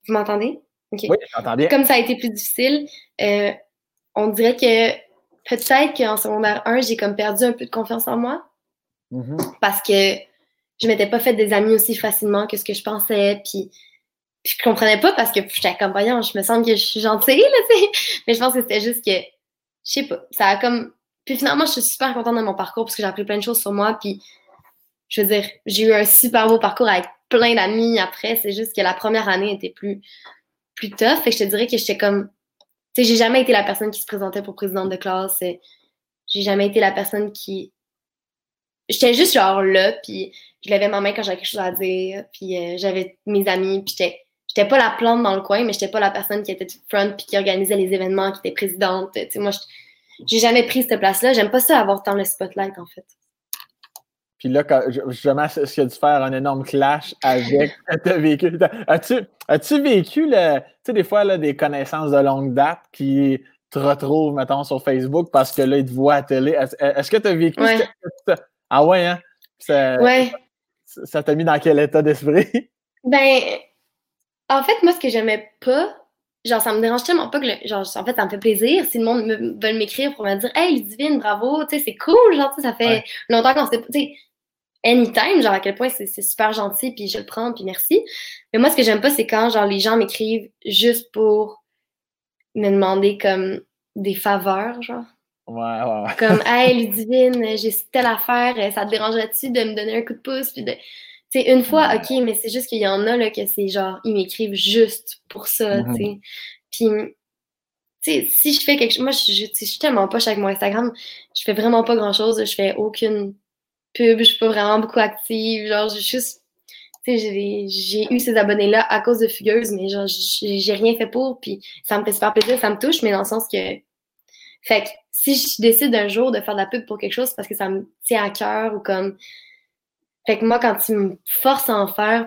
Vous m'entendez? OK. Oui, j'entends bien. Comme ça a été plus difficile, on dirait que peut-être qu'en secondaire 1, j'ai comme perdu un peu de confiance en moi parce que je m'étais pas fait des amis aussi facilement que ce que je pensais, puis je comprenais pas parce que j'étais comme, voyons, je me sens que je suis gentille, là, tu sais. Mais je pense que c'était juste que, je sais pas, ça a comme... Puis finalement, je suis super contente de mon parcours parce que j'ai appris plein de choses sur moi, puis je veux dire, j'ai eu un super beau parcours avec plein d'amis après, c'est juste que la première année était plus tough, fait que je te dirais que j'étais comme... Tu sais, j'ai jamais été la personne qui se présentait pour présidente de classe, j'ai jamais été la personne qui... J'étais juste genre là, puis je levais ma main quand j'avais quelque chose à dire, puis j'avais mes amis, puis j'étais pas la plante dans le coin, mais j'étais pas la personne qui était toute front puis qui organisait les événements, qui était présidente. Tu sais, moi, j'ai jamais pris cette place-là. J'aime pas ça avoir tant le spotlight, en fait. Puis là, justement, ce qui a dû faire un énorme clash avec ce que tu as vécu. As-tu vécu, tu sais, des fois, là, des connaissances de longue date qui te retrouvent, mettons, sur Facebook parce que là, ils te voient à la télé. Est-ce que tu as vécu Ouais. Ah ouais, hein? Ça t'a mis dans quel état d'esprit? Ben, en fait, moi, ce que j'aimais pas, genre, ça me dérange tellement pas que, genre, en fait, ça me fait plaisir si le monde veut m'écrire pour me dire « Hey, Ludivine, bravo! » Tu sais, c'est cool, genre, tu sais, ça fait longtemps qu'on s'est... Tu sais, anytime, genre, à quel point c'est super gentil, puis je le prends, puis merci. Mais moi, ce que j'aime pas, c'est quand, genre, les gens m'écrivent juste pour me demander, comme, des faveurs, genre. Ouais. Comme « Hey, Ludivine, j'ai telle affaire, ça te dérangerait-tu de me donner un coup de pouce? » Puis de... Tu sais, une fois, OK, mais c'est juste qu'il y en a, là, que c'est genre, ils m'écrivent juste pour ça, tu sais. Puis, tu sais, si je fais quelque chose... Moi, je suis tellement poche avec mon Instagram. Je fais vraiment pas grand-chose. Je fais aucune pub. Je suis pas vraiment beaucoup active. Genre, j'ai juste... Tu sais, j'ai eu ces abonnés-là à cause de Fugueuse, mais genre, j'ai rien fait pour. Puis, ça me fait super plaisir, ça me touche, mais dans le sens que... Fait que si je décide un jour de faire de la pub pour quelque chose, c'est parce que ça me tient à cœur ou comme... Fait que moi, quand tu me forces à en faire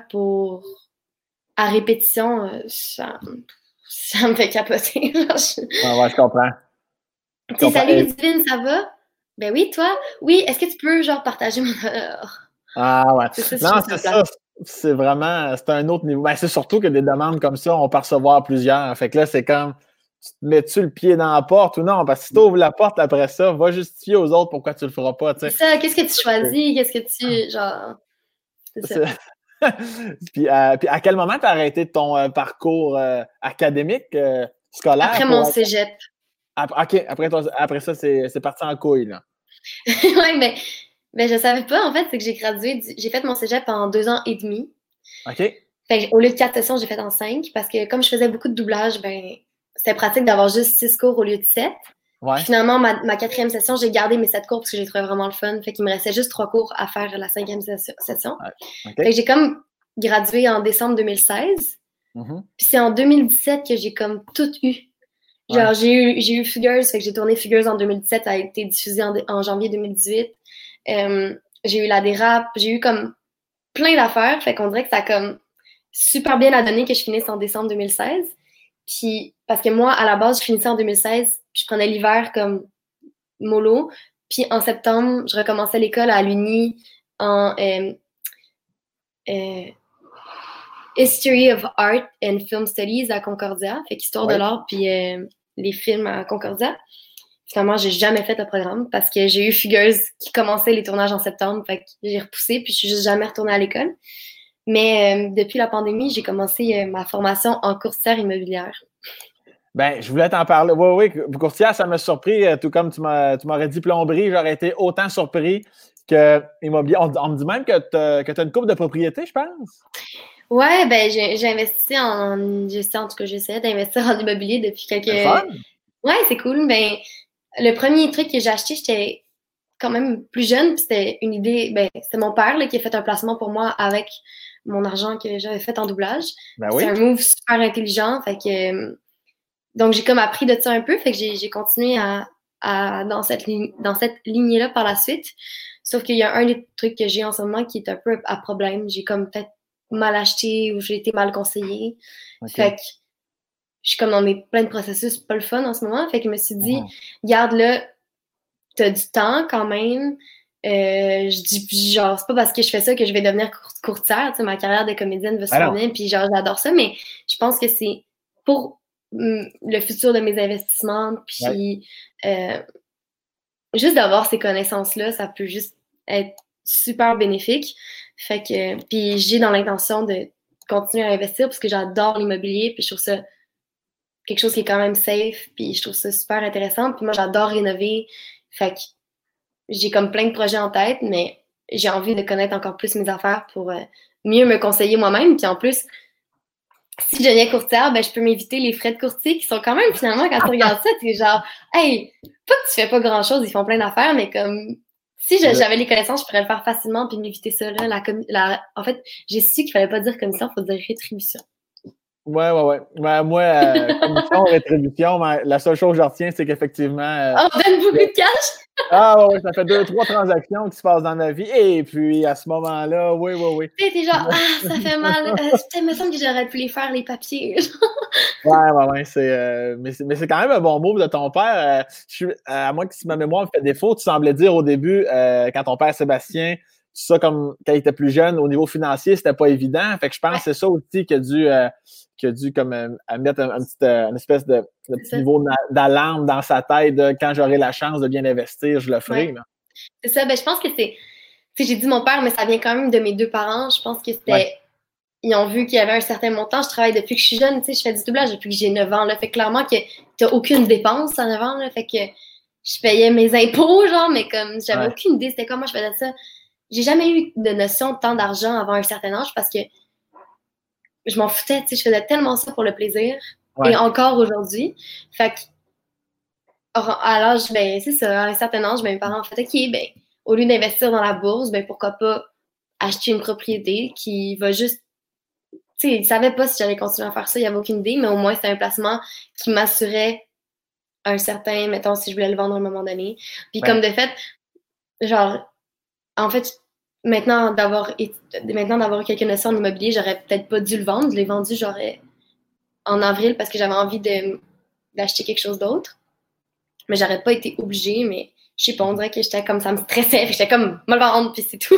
à répétition, ça me fait capoter. Ouais, je comprends. Tu sais, salut Ludivine, ça va? Ben oui, toi? Oui, est-ce que tu peux, genre, partager mon honneur? Ah ouais. Non, c'est ça. C'est vraiment, c'est un autre niveau. Ben, c'est surtout que des demandes comme ça, on peut recevoir plusieurs. Fait que là, c'est comme, mets-tu le pied dans la porte ou non? Parce que si tu ouvres la porte après ça, va justifier aux autres pourquoi tu le feras pas. C'est ça, qu'est-ce que tu choisis? Qu'est-ce que tu, genre, c'est ça. puis à quel moment tu as arrêté ton parcours académique, scolaire? Après mon cégep. OK, après ça, c'est parti en couille, là. Oui, mais je savais pas, en fait, c'est que j'ai gradué, j'ai fait mon cégep en 2 ans et demi. OK. Fait que, au lieu de 4 sessions, j'ai fait en 5 parce que comme je faisais beaucoup de doublage, ben, c'était pratique d'avoir juste 6 cours au lieu de 7. Ouais. Finalement, ma 4e session, j'ai gardé mes 7 cours parce que j'ai trouvé vraiment le fun. Fait qu'il me restait juste 3 cours à faire la 5e session. Ouais. Okay. Fait que j'ai comme gradué en décembre 2016. Puis c'est en 2017 que j'ai comme tout eu. Genre, j'ai eu Fugueuse, fait que j'ai tourné Fugueuse en 2017, ça a été diffusé en janvier 2018. J'ai eu la dérape, j'ai eu comme plein d'affaires, fait qu'on dirait que ça a comme super bien à donner que je finisse en décembre 2016. Puis, parce que moi, à la base, je finissais en 2016, puis je prenais l'hiver comme mollo. Puis en septembre, je recommençais l'école à l'Uni en History of Art and Film Studies à Concordia, fait qu'histoire de l'art, puis les films à Concordia. Finalement, j'ai jamais fait le programme parce que j'ai eu Fugueuse qui commençait les tournages en septembre, fait que j'ai repoussé, puis je suis juste jamais retournée à l'école. Mais depuis la pandémie, j'ai commencé ma formation en courtière immobilière. Ben, je voulais t'en parler. Oui, courtière, ça m'a surpris. Tout comme tu m'aurais dit plomberie, j'aurais été autant surpris que immobilier. On me dit même que tu as une couple de propriétés, je pense. Ouais, ben j'ai investi en tout cas, j'essaie d'investir en immobilier depuis quelques... C'est fun. Ouais, c'est cool. Ben, le premier truc que j'ai acheté, j'étais quand même plus jeune, puis c'était une idée, ben, c'était mon père là, qui a fait un placement pour moi avec mon argent que j'avais fait en doublage. Ben oui. C'est un move super intelligent, fait que donc j'ai comme appris de ça un peu, fait que j'ai continué dans cette lignée-là par la suite. Sauf qu'il y a un des trucs que j'ai en ce moment qui est un peu à problème. J'ai comme peut-être mal acheté ou j'ai été mal conseillée. Okay. Fait que je suis comme dans plein de processus pas le fun en ce moment. Fait que je me suis dit, garde là, t'as du temps quand même. Je dis, genre, c'est pas parce que je fais ça que je vais devenir courtière. Tu sais, ma carrière de comédienne va super bien, puis genre, j'adore ça, mais je pense que c'est pour le futur de mes investissements, puis juste d'avoir ces connaissances-là, ça peut juste être super bénéfique. Fait que, puis j'ai dans l'intention de continuer à investir parce que j'adore l'immobilier, puis je trouve ça quelque chose qui est quand même safe, puis je trouve ça super intéressant. Puis moi, j'adore rénover. Fait que j'ai comme plein de projets en tête, mais j'ai envie de connaître encore plus mes affaires pour mieux me conseiller moi-même. Puis en plus, si je deviens courtière, ben, je peux m'éviter les frais de courtier qui sont quand même, finalement, quand tu regardes ça, tu es genre, hey, pas que tu fais pas grand-chose, ils font plein d'affaires, mais comme, si j'avais les connaissances, je pourrais le faire facilement puis m'éviter ça, là. En fait, j'ai su qu'il fallait pas dire commission, il faut dire rétribution. Ouais. Moi, commission, rétribution, la seule chose que je retiens, c'est qu'effectivement. On donne beaucoup de cash! Ouais, ça fait 2-3 transactions qui se passent dans ma vie. Et puis, à ce moment-là, oui. T'es genre, ça fait mal. Il me semble que j'aurais pu les faire, les papiers. Ouais. Mais c'est quand même un bon move de ton père. À moins que si ma mémoire me fait défaut, tu semblais dire au début, quand ton père Sébastien, ça comme quand il était plus jeune, au niveau financier, c'était pas évident. Fait que je pense que c'est ça aussi qui a dû comme mettre une espèce de petit niveau d'alarme dans sa tête de quand j'aurai la chance de bien investir, je le ferai. Ouais. C'est ça, je pense que j'ai dit mon père, mais ça vient quand même de mes deux parents. Je pense que c'était. Ils ont vu qu'il y avait un certain montant. Je travaille depuis que je suis jeune, je fais du doublage depuis que j'ai 9 ans. Là. Fait clairement que t'as aucune dépense à 9 ans. Là. Fait que je payais mes impôts, genre, mais comme j'avais aucune idée c'était comment je faisais ça. J'ai jamais eu de notion de temps d'argent avant un certain âge parce que je m'en foutais, je faisais tellement ça pour le plaisir. Et encore aujourd'hui. Fait que à l'âge, c'est ça, à un certain âge, mes parents ont fait OK, au lieu d'investir dans la bourse, pourquoi pas acheter une propriété qui va juste. Tu sais, ils ne savaient pas si j'allais continuer à faire ça, il n'y avait aucune idée, mais au moins c'était un placement qui m'assurait un certain, mettons, si je voulais le vendre à un moment donné. Puis comme de fait, genre, en fait, maintenant d'avoir eu quelques notions en immobilier, j'aurais peut-être pas dû le vendre. Je l'ai vendu genre en avril parce que j'avais envie d'acheter quelque chose d'autre. Mais j'aurais pas été obligée, mais je sais pas, on dirait que j'étais comme ça me stressait, puis j'étais comme me le vendre, puis c'est tout.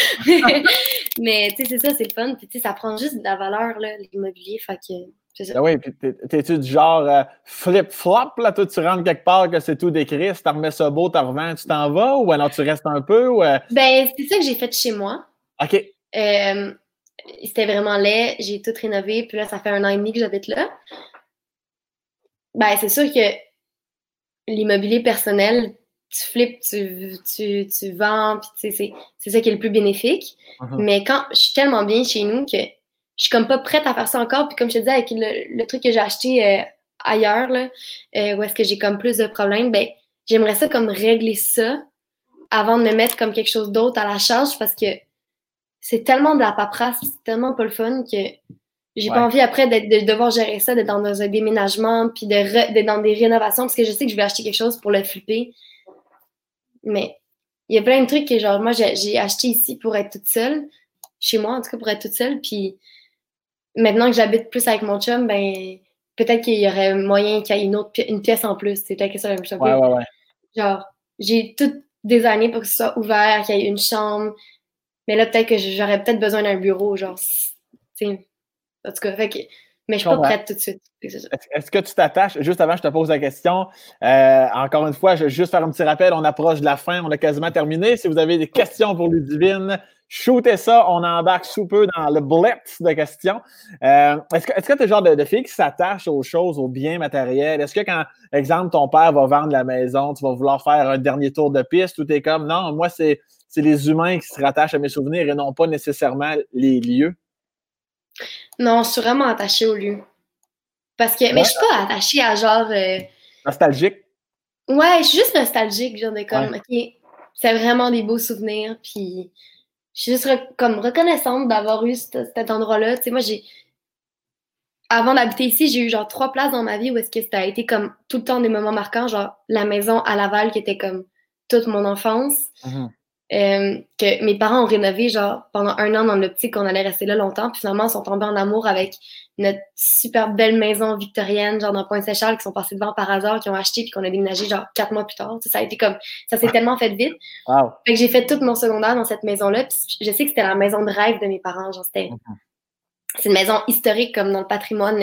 mais tu sais, c'est ça, c'est le fun, puis tu sais, ça prend juste de la valeur, là, l'immobilier, fait que c'est ça. Ben oui, puis t'es-tu du genre flip-flop, là, toi, tu rentres quelque part que c'est tout décrit, si t'en remets ça beau, t'en revends, tu t'en vas, ou alors tu restes un peu, ou... c'est ça que j'ai fait chez moi. OK. C'était vraiment laid, j'ai tout rénové, puis là, ça fait 1 an et demi que j'habite là. C'est sûr que l'immobilier personnel, tu flippes, tu vends, puis c'est ça qui est le plus bénéfique. Mais quand je suis tellement bien chez nous que je suis comme pas prête à faire ça encore. Puis comme je te disais, avec le truc que j'ai acheté ailleurs, là, où est-ce que j'ai comme plus de problèmes, j'aimerais ça comme régler ça avant de me mettre comme quelque chose d'autre à la charge parce que c'est tellement de la paperasse, c'est tellement pas le fun que j'ai pas envie après de devoir gérer ça, d'être dans un déménagement, puis d'être dans des rénovations, parce que je sais que je vais acheter quelque chose pour le flipper. Mais il y a plein de trucs que, genre, moi, j'ai acheté ici pour être toute seule, chez moi, en tout cas, pour être toute seule, puis maintenant que j'habite plus avec mon chum, peut-être qu'il y aurait moyen qu'il y ait une pièce en plus. C'est peut-être que ça va me choquer. Ouais. Genre, j'ai toutes des années pour que ce soit ouvert, qu'il y ait une chambre, mais là, peut-être que j'aurais peut-être besoin d'un bureau, genre, tu sais. En tout cas, mais je suis pas prête tout de suite. Est-ce que tu t'attaches, juste avant que je te pose la question, encore une fois, je vais juste faire un petit rappel, on approche de la fin, on a quasiment terminé. Si vous avez des questions pour Ludivine, shootez ça, on embarque sous peu dans le blitz de questions. Est-ce que tu es le genre de fille qui s'attache aux choses, aux biens matériels? Est-ce que quand, exemple, ton père va vendre la maison, tu vas vouloir faire un dernier tour de piste ou tu es comme, non, moi, c'est les humains qui se rattachent à mes souvenirs et non pas nécessairement les lieux? Non, je suis vraiment attachée au lieu. Parce que, mais je suis pas attachée à genre... Nostalgique? Ouais, je suis juste nostalgique, genre de comme, OK, c'est vraiment des beaux souvenirs, puis je suis juste comme reconnaissante d'avoir eu cet endroit-là. Tu sais, moi, avant d'habiter ici, j'ai eu genre 3 places dans ma vie où est-ce que ça a été comme tout le temps des moments marquants, genre la maison à Laval qui était comme toute mon enfance. que mes parents ont rénové genre pendant 1 an dans l'optique qu'on allait rester là longtemps. Puis finalement, ils sont tombés en amour avec notre super belle maison victorienne, genre dans Pointe-Saint-Charles, qui sont passés devant par hasard, qui ont acheté, puis qu'on a déménagé genre 4 mois plus tard. Ça a été comme, ça s'est tellement fait vite. Wow. Fait que j'ai fait tout mon secondaire dans cette maison-là. Puis je sais que c'était la maison de rêve de mes parents. Genre, c'est une maison historique comme dans le patrimoine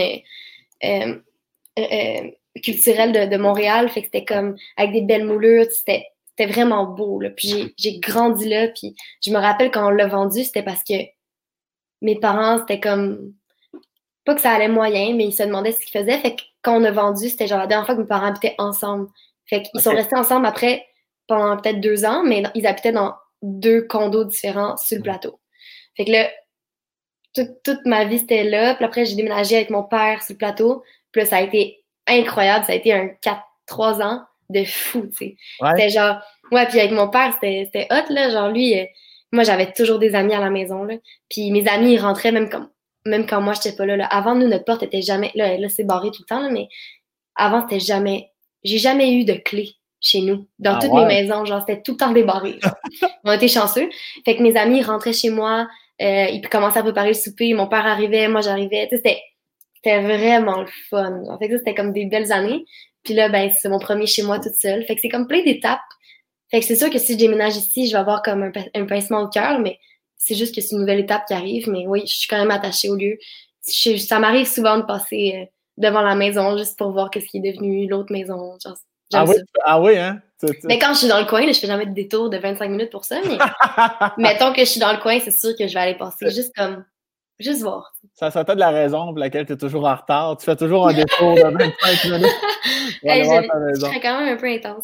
culturel de Montréal. Fait que c'était comme avec des belles moulures. C'était vraiment beau. Là. Puis j'ai grandi là. Puis je me rappelle quand on l'a vendu, c'était parce que mes parents, c'était comme pas que ça allait moyen, mais ils se demandaient ce qu'ils faisaient. Fait que quand on a vendu, c'était genre la dernière fois que mes parents habitaient ensemble. Fait qu'ils sont restés ensemble après pendant peut-être 2 ans, mais ils habitaient dans 2 condos différents sur le plateau. Fait que là, toute ma vie, c'était là. Puis après, j'ai déménagé avec mon père sur le plateau. Puis là, ça a été incroyable. Ça a été un 3 ans de fou, tu sais. Ouais. C'était genre... Ouais, puis avec mon père, c'était hot, là. Genre, lui, moi, j'avais toujours des amis à la maison, là. Puis mes amis, ils rentraient même quand moi, j'étais pas là, là. Avant, nous, notre porte était jamais... Là c'est barré tout le temps, là, mais avant, c'était jamais... J'ai jamais eu de clé chez nous. Dans toutes mes maisons, genre, c'était tout le temps débarré. On était chanceux. Fait que mes amis, ils rentraient chez moi... ils commençaient à préparer le souper, mon père arrivait, moi j'arrivais, tu sais, c'était vraiment le fun. En fait, ça, c'était comme des belles années. Puis là, ben, c'est mon premier chez moi toute seule. Fait que c'est comme plein d'étapes. Fait que c'est sûr que si je déménage ici, je vais avoir comme un pincement au cœur, mais c'est juste que c'est une nouvelle étape qui arrive. Mais oui, je suis quand même attachée au lieu. Ça m'arrive souvent de passer devant la maison juste pour voir ce qui est devenu l'autre maison. Genre, j'aime ça. Ah oui, hein? Mais quand je suis dans le coin, là, je fais jamais de détour de 25 minutes pour ça, mais mettons que je suis dans le coin, c'est sûr que je vais aller passer juste voir. Ça serait peut-être la raison pour laquelle tu es toujours en retard. Tu fais toujours un détour de 25 minutes. Je serais quand même un peu intense.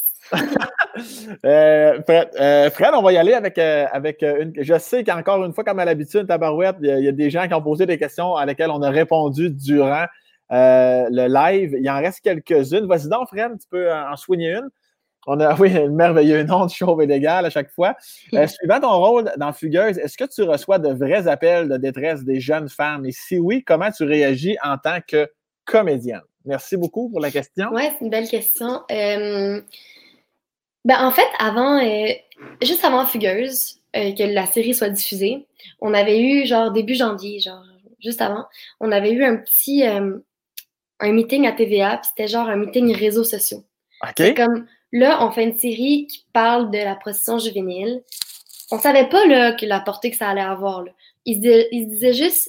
Fred, on va y aller avec une. Je sais qu'encore une fois, comme à l'habitude, tabarouette, il y a des gens qui ont posé des questions à lesquelles on a répondu durant le live. Il en reste quelques-unes. Vas-y donc, Fred, tu peux en soigner une. On a, oui, un merveilleux nom de chauve et d'égal à chaque fois. Suivant ton rôle dans Fugueuse, est-ce que tu reçois de vrais appels de détresse des jeunes femmes? Et si oui, comment tu réagis en tant que comédienne? Merci beaucoup pour la question. Oui, c'est une belle question. Ben, en fait, juste avant Fugueuse, que la série soit diffusée, on avait eu, genre, début janvier, genre, juste avant, on avait eu un petit un meeting à TVA, puis c'était genre un meeting réseaux sociaux. OK. C'est comme, là, on fait une série qui parle de la prostitution juvénile. On savait pas, là, que la portée que ça allait avoir, là. Il se disait juste,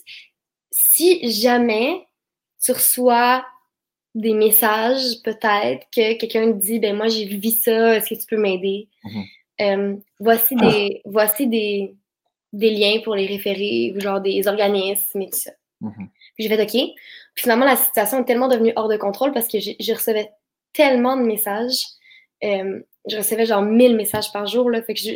si jamais tu reçois des messages, peut-être, que quelqu'un te dit, ben moi, j'ai vu ça, est-ce que tu peux m'aider? Voici des liens pour les référer, ou genre des organismes et tout ça. Puis j'ai fait OK. Puis finalement, la situation est tellement devenue hors de contrôle parce que je recevais tellement de messages. Je recevais genre 1000 messages par jour, là. Fait que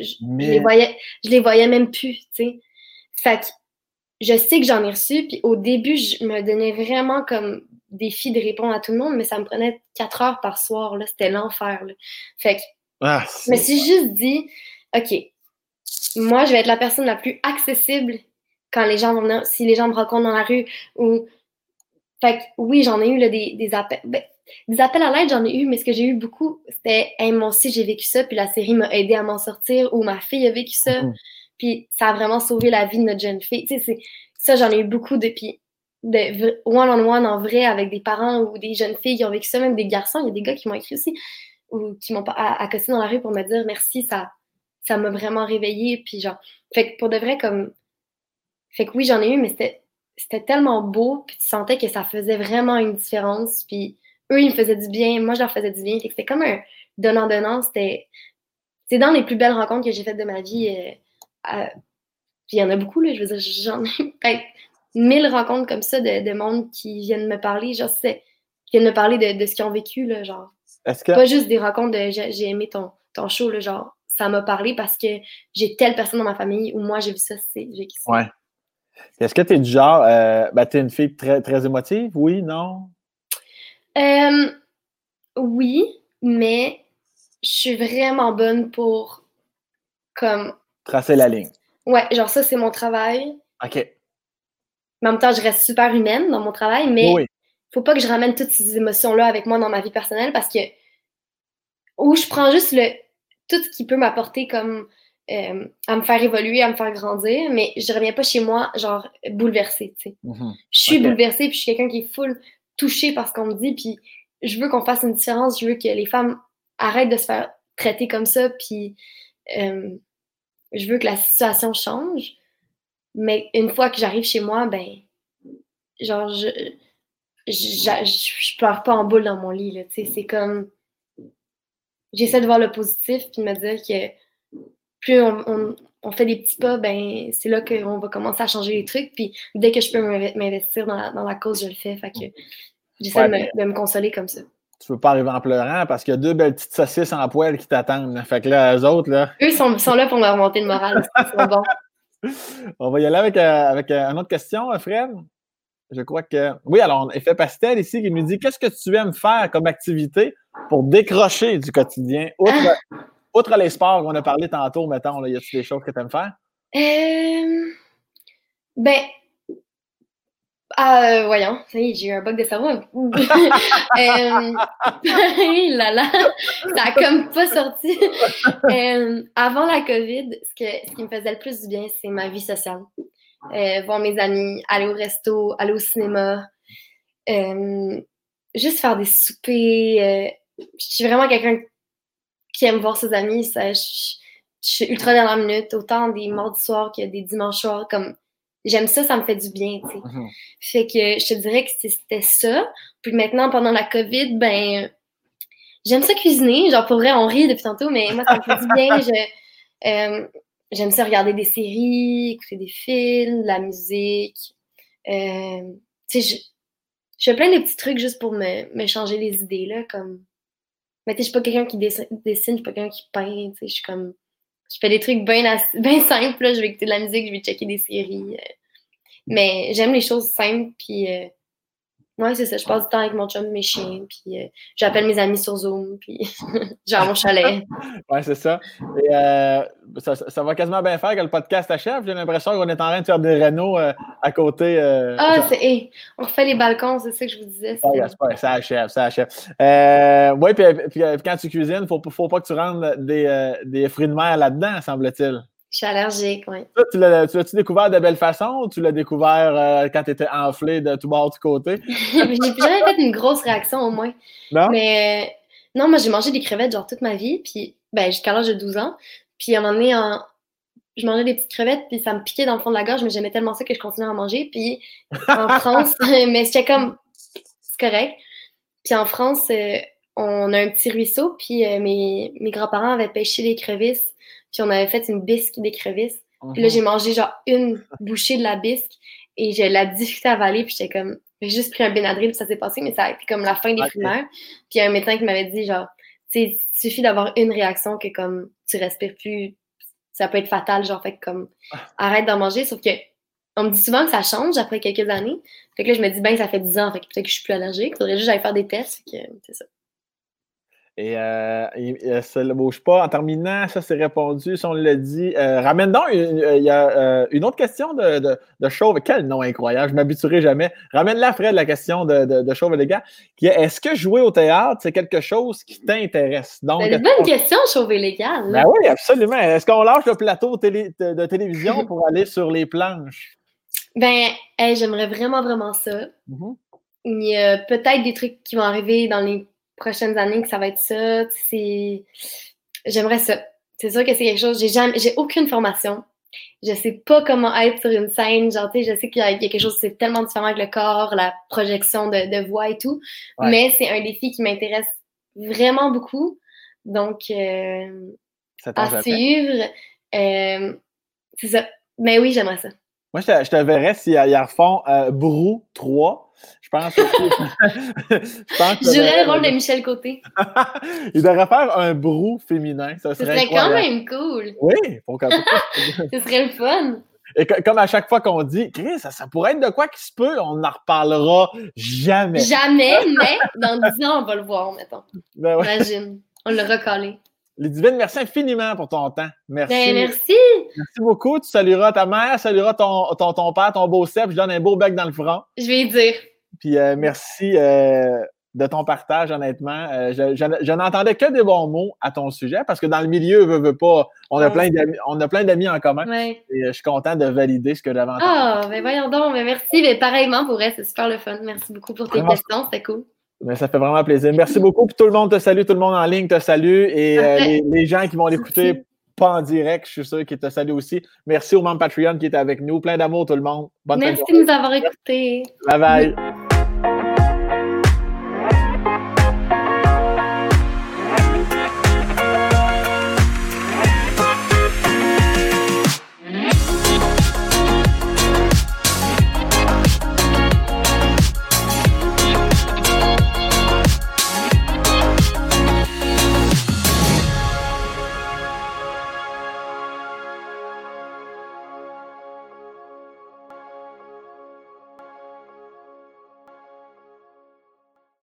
je les voyais même plus, tu sais. Fait que je sais que j'en ai reçu, puis au début, je me donnais vraiment comme défi de répondre à tout le monde, mais ça me prenait 4 heures par soir, là. C'était l'enfer, là. Fait que je me suis juste dit, OK, moi, je vais être la personne la plus accessible quand les gens vont venir, si les gens me rencontrent dans la rue, ou... Fait que oui, j'en ai eu là, des appels. Ben, des appels à l'aide, j'en ai eu, mais ce que j'ai eu beaucoup, c'était « Hey, moi aussi, j'ai vécu ça, puis la série m'a aidé à m'en sortir » ou « Ma fille a vécu ça, puis ça a vraiment sauvé la vie de notre jeune fille. » Tu sais, ça, j'en ai eu beaucoup depuis de one-on-one en vrai avec des parents ou des jeunes filles qui ont vécu ça, même des garçons. Il y a des gars qui m'ont écrit aussi ou qui m'ont accosté dans la rue pour me dire « Merci, ça m'a vraiment réveillée. » Puis genre, fait que pour de vrai, comme... Fait que oui, j'en ai eu, mais c'était tellement beau, puis tu sentais que ça faisait vraiment une différence, puis eux, ils me faisaient du bien, moi, je leur faisais du bien, fait que c'était comme un donnant-donnant, c'est dans les plus belles rencontres que j'ai faites de ma vie, puis il y en a beaucoup, là, je veux dire, j'en ai peut-être 1000 rencontres comme ça de monde qui viennent me parler, genre, qui viennent me parler de ce qu'ils ont vécu, là, genre, pas juste des rencontres de « j'ai aimé ton show », là, genre, ça m'a parlé parce que j'ai telle personne dans ma famille où moi, j'ai vu ça, j'ai vécu ça. Ouais. Est-ce que tu es du genre, t'es une fille très, très émotive? Oui, non? Oui, mais je suis vraiment bonne pour, comme... Tracer la ligne. Ouais, genre ça, c'est mon travail. OK. Mais en même temps, je reste super humaine dans mon travail, mais faut pas que je ramène toutes ces émotions-là avec moi dans ma vie personnelle parce que... Ou je prends juste tout ce qui peut m'apporter comme à me faire évoluer, à me faire grandir, mais je reviens pas chez moi, genre, bouleversée, tu sais. Je suis bouleversée, puis je suis quelqu'un qui est full touchée par ce qu'on me dit, puis je veux qu'on fasse une différence, je veux que les femmes arrêtent de se faire traiter comme ça, puis je veux que la situation change. Mais une fois que j'arrive chez moi, ben, genre, je pleure pas en boule dans mon lit, là, tu sais, c'est comme, j'essaie de voir le positif, puis de me dire que plus on fait des petits pas, ben c'est là qu'on va commencer à changer les trucs. Puis dès que je peux m'investir dans la cause, je le fais. Fait que j'essaie de me consoler comme ça. Tu peux pas arriver en pleurant parce qu'il y a 2 belles petites saucisses en poêle qui t'attendent. Là. Fait que là, eux autres, là... Eux sont là pour me remonter le moral. C'est bon. On va y aller avec une autre question, Fred. Je crois que... Oui, alors, Effet Pastel ici qui nous dit « Qu'est-ce que tu aimes faire comme activité pour décrocher du quotidien? Outre les sports qu'on a parlé tantôt, mettons, là, y a-t-il des choses que tu aimes faire? » Ben, voyons, ça y est, j'ai eu un bug de cerveau. Là là, ça a comme pas sorti. Avant la COVID, ce qui me faisait le plus du bien, c'est ma vie sociale. Voir mes amis, aller au resto, aller au cinéma, juste faire des soupers. Je suis vraiment quelqu'un qui aime voir ses amis. Je suis ultra dernière minute, autant des mardis soirs que des dimanches soirs. Comme, j'aime ça, ça me fait du bien, tu sais. Fait que je te dirais que c'était ça. Puis maintenant, pendant la COVID, ben, j'aime ça cuisiner. Genre, pour vrai, on rit depuis tantôt, mais moi, ça me fait du bien. J'aime ça regarder des séries, écouter des films, de la musique. Tu sais, je fais plein de petits trucs juste pour me changer les idées, là, comme... Mais tu sais, je suis pas quelqu'un qui dessine, je suis pas quelqu'un qui peint, tu sais, je suis comme... Je fais des trucs bien simples, là, je vais écouter de la musique, je vais checker des séries. Mais j'aime les choses simples, puis... ouais, c'est ça, je passe du temps avec mon chum, mes chiens, puis j'appelle mes amis sur Zoom, puis genre mon chalet. Ouais, c'est ça. Et ça va quasiment bien faire que le podcast achève. J'ai l'impression qu'on est en train de faire des rénaux à côté. On refait les balcons, c'est ça que je vous disais. Ça achève, ça achève. Oui, puis quand tu cuisines, faut pas que tu rentres des fruits de mer là-dedans, semble-t-il. Je suis allergique, oui. Tu l'as-tu découvert de belle façon ou tu l'as découvert quand tu étais enflé de tout bord, du côté? J'ai jamais fait une grosse réaction, au moins. Non? Mais non, moi, j'ai mangé des crevettes genre toute ma vie, puis ben, jusqu'à l'âge de 12 ans. Puis à un moment donné, je mangeais des petites crevettes, puis ça me piquait dans le fond de la gorge, mais j'aimais tellement ça que je continuais à en manger. Puis en France, mais c'était comme, c'est correct. Puis en France, on a un petit ruisseau, puis mes grands-parents avaient pêché des crevisses, puis on avait fait une bisque d'écrevisses. Puis là, j'ai mangé genre une bouchée de la bisque et j'ai la difficulté à avaler, puis j'étais comme, j'ai juste pris un Benadryl, puis ça s'est passé, mais ça a été comme la fin des primaires. Puis il y a un médecin qui m'avait dit, genre, tu sais, il suffit d'avoir une réaction que comme tu respires plus, ça peut être fatal, genre, fait que comme, arrête d'en manger, sauf que on me dit souvent que ça change après quelques années. Fait que là, je me dis, ben, ça fait 10 ans, fait que peut-être que je suis plus allergique. Faudrait juste que j'aille faire des tests, fait que c'est ça. Et ça ne bouge pas. En terminant, ça c'est répondu, si on l'a dit. Ramène donc, il y a une autre question de Chauve. Quel nom incroyable, je ne m'habituerai jamais. Ramène-la, Fred, la question de Chauve et les gars. Est-ce que jouer au théâtre, c'est quelque chose qui t'intéresse? C'est une bonne question, Chauve et les gars. Ben oui, absolument. Est-ce qu'on lâche le plateau de télévision pour aller sur les planches? Ben, j'aimerais vraiment, vraiment ça. Il y a peut-être des trucs qui vont arriver dans les prochaines années que ça va être ça. J'aimerais ça. C'est sûr que c'est quelque chose. J'ai aucune formation. Je sais pas comment être sur une scène. Genre, tu sais, je sais qu'il y a quelque chose, c'est tellement différent avec le corps, la projection de voix et tout. Ouais. Mais c'est un défi qui m'intéresse vraiment beaucoup. Donc, à suivre. C'est ça. Mais oui, j'aimerais ça. Moi, je te verrais s'ils refont Brou 3. Je pense que je jouerais le rôle de Michel Côté. Il devrait faire un Brou féminin. Ça serait quand même cool. Oui, pourquoi pas. Ce serait le fun. Et comme à chaque fois qu'on dit, Chris, ça pourrait être de quoi qui se peut, on n'en reparlera jamais. Jamais, mais dans 10 ans, on va le voir, mettons. Ben ouais. Imagine, on l'a recalé. Ludivine, merci infiniment pour ton temps. Merci. Ben, merci. Merci beaucoup. Tu salueras ta mère, salueras ton père, ton beau Seb. Je donne un beau bec dans le front. Je vais y dire. Puis merci de ton partage, honnêtement. Je n'entendais que des bons mots à ton sujet parce que dans le milieu, veut pas, on a plein d'amis en commun. Ouais. Et je suis content de valider ce que j'avais entendu. Ah, ben voyons donc, mais merci. Mais pareillement, pour vrai, c'est super le fun. Merci beaucoup pour tes questions, c'était cool. Mais ça fait vraiment plaisir. Merci beaucoup. Puis tout le monde te salue, tout le monde en ligne te salue. Et les gens qui vont l'écouter pas en direct, je suis sûr qu'ils te saluent aussi. Merci aux membres Patreon qui étaient avec nous. Plein d'amour, tout le monde. Merci de nous avoir écoutés. Bye bye.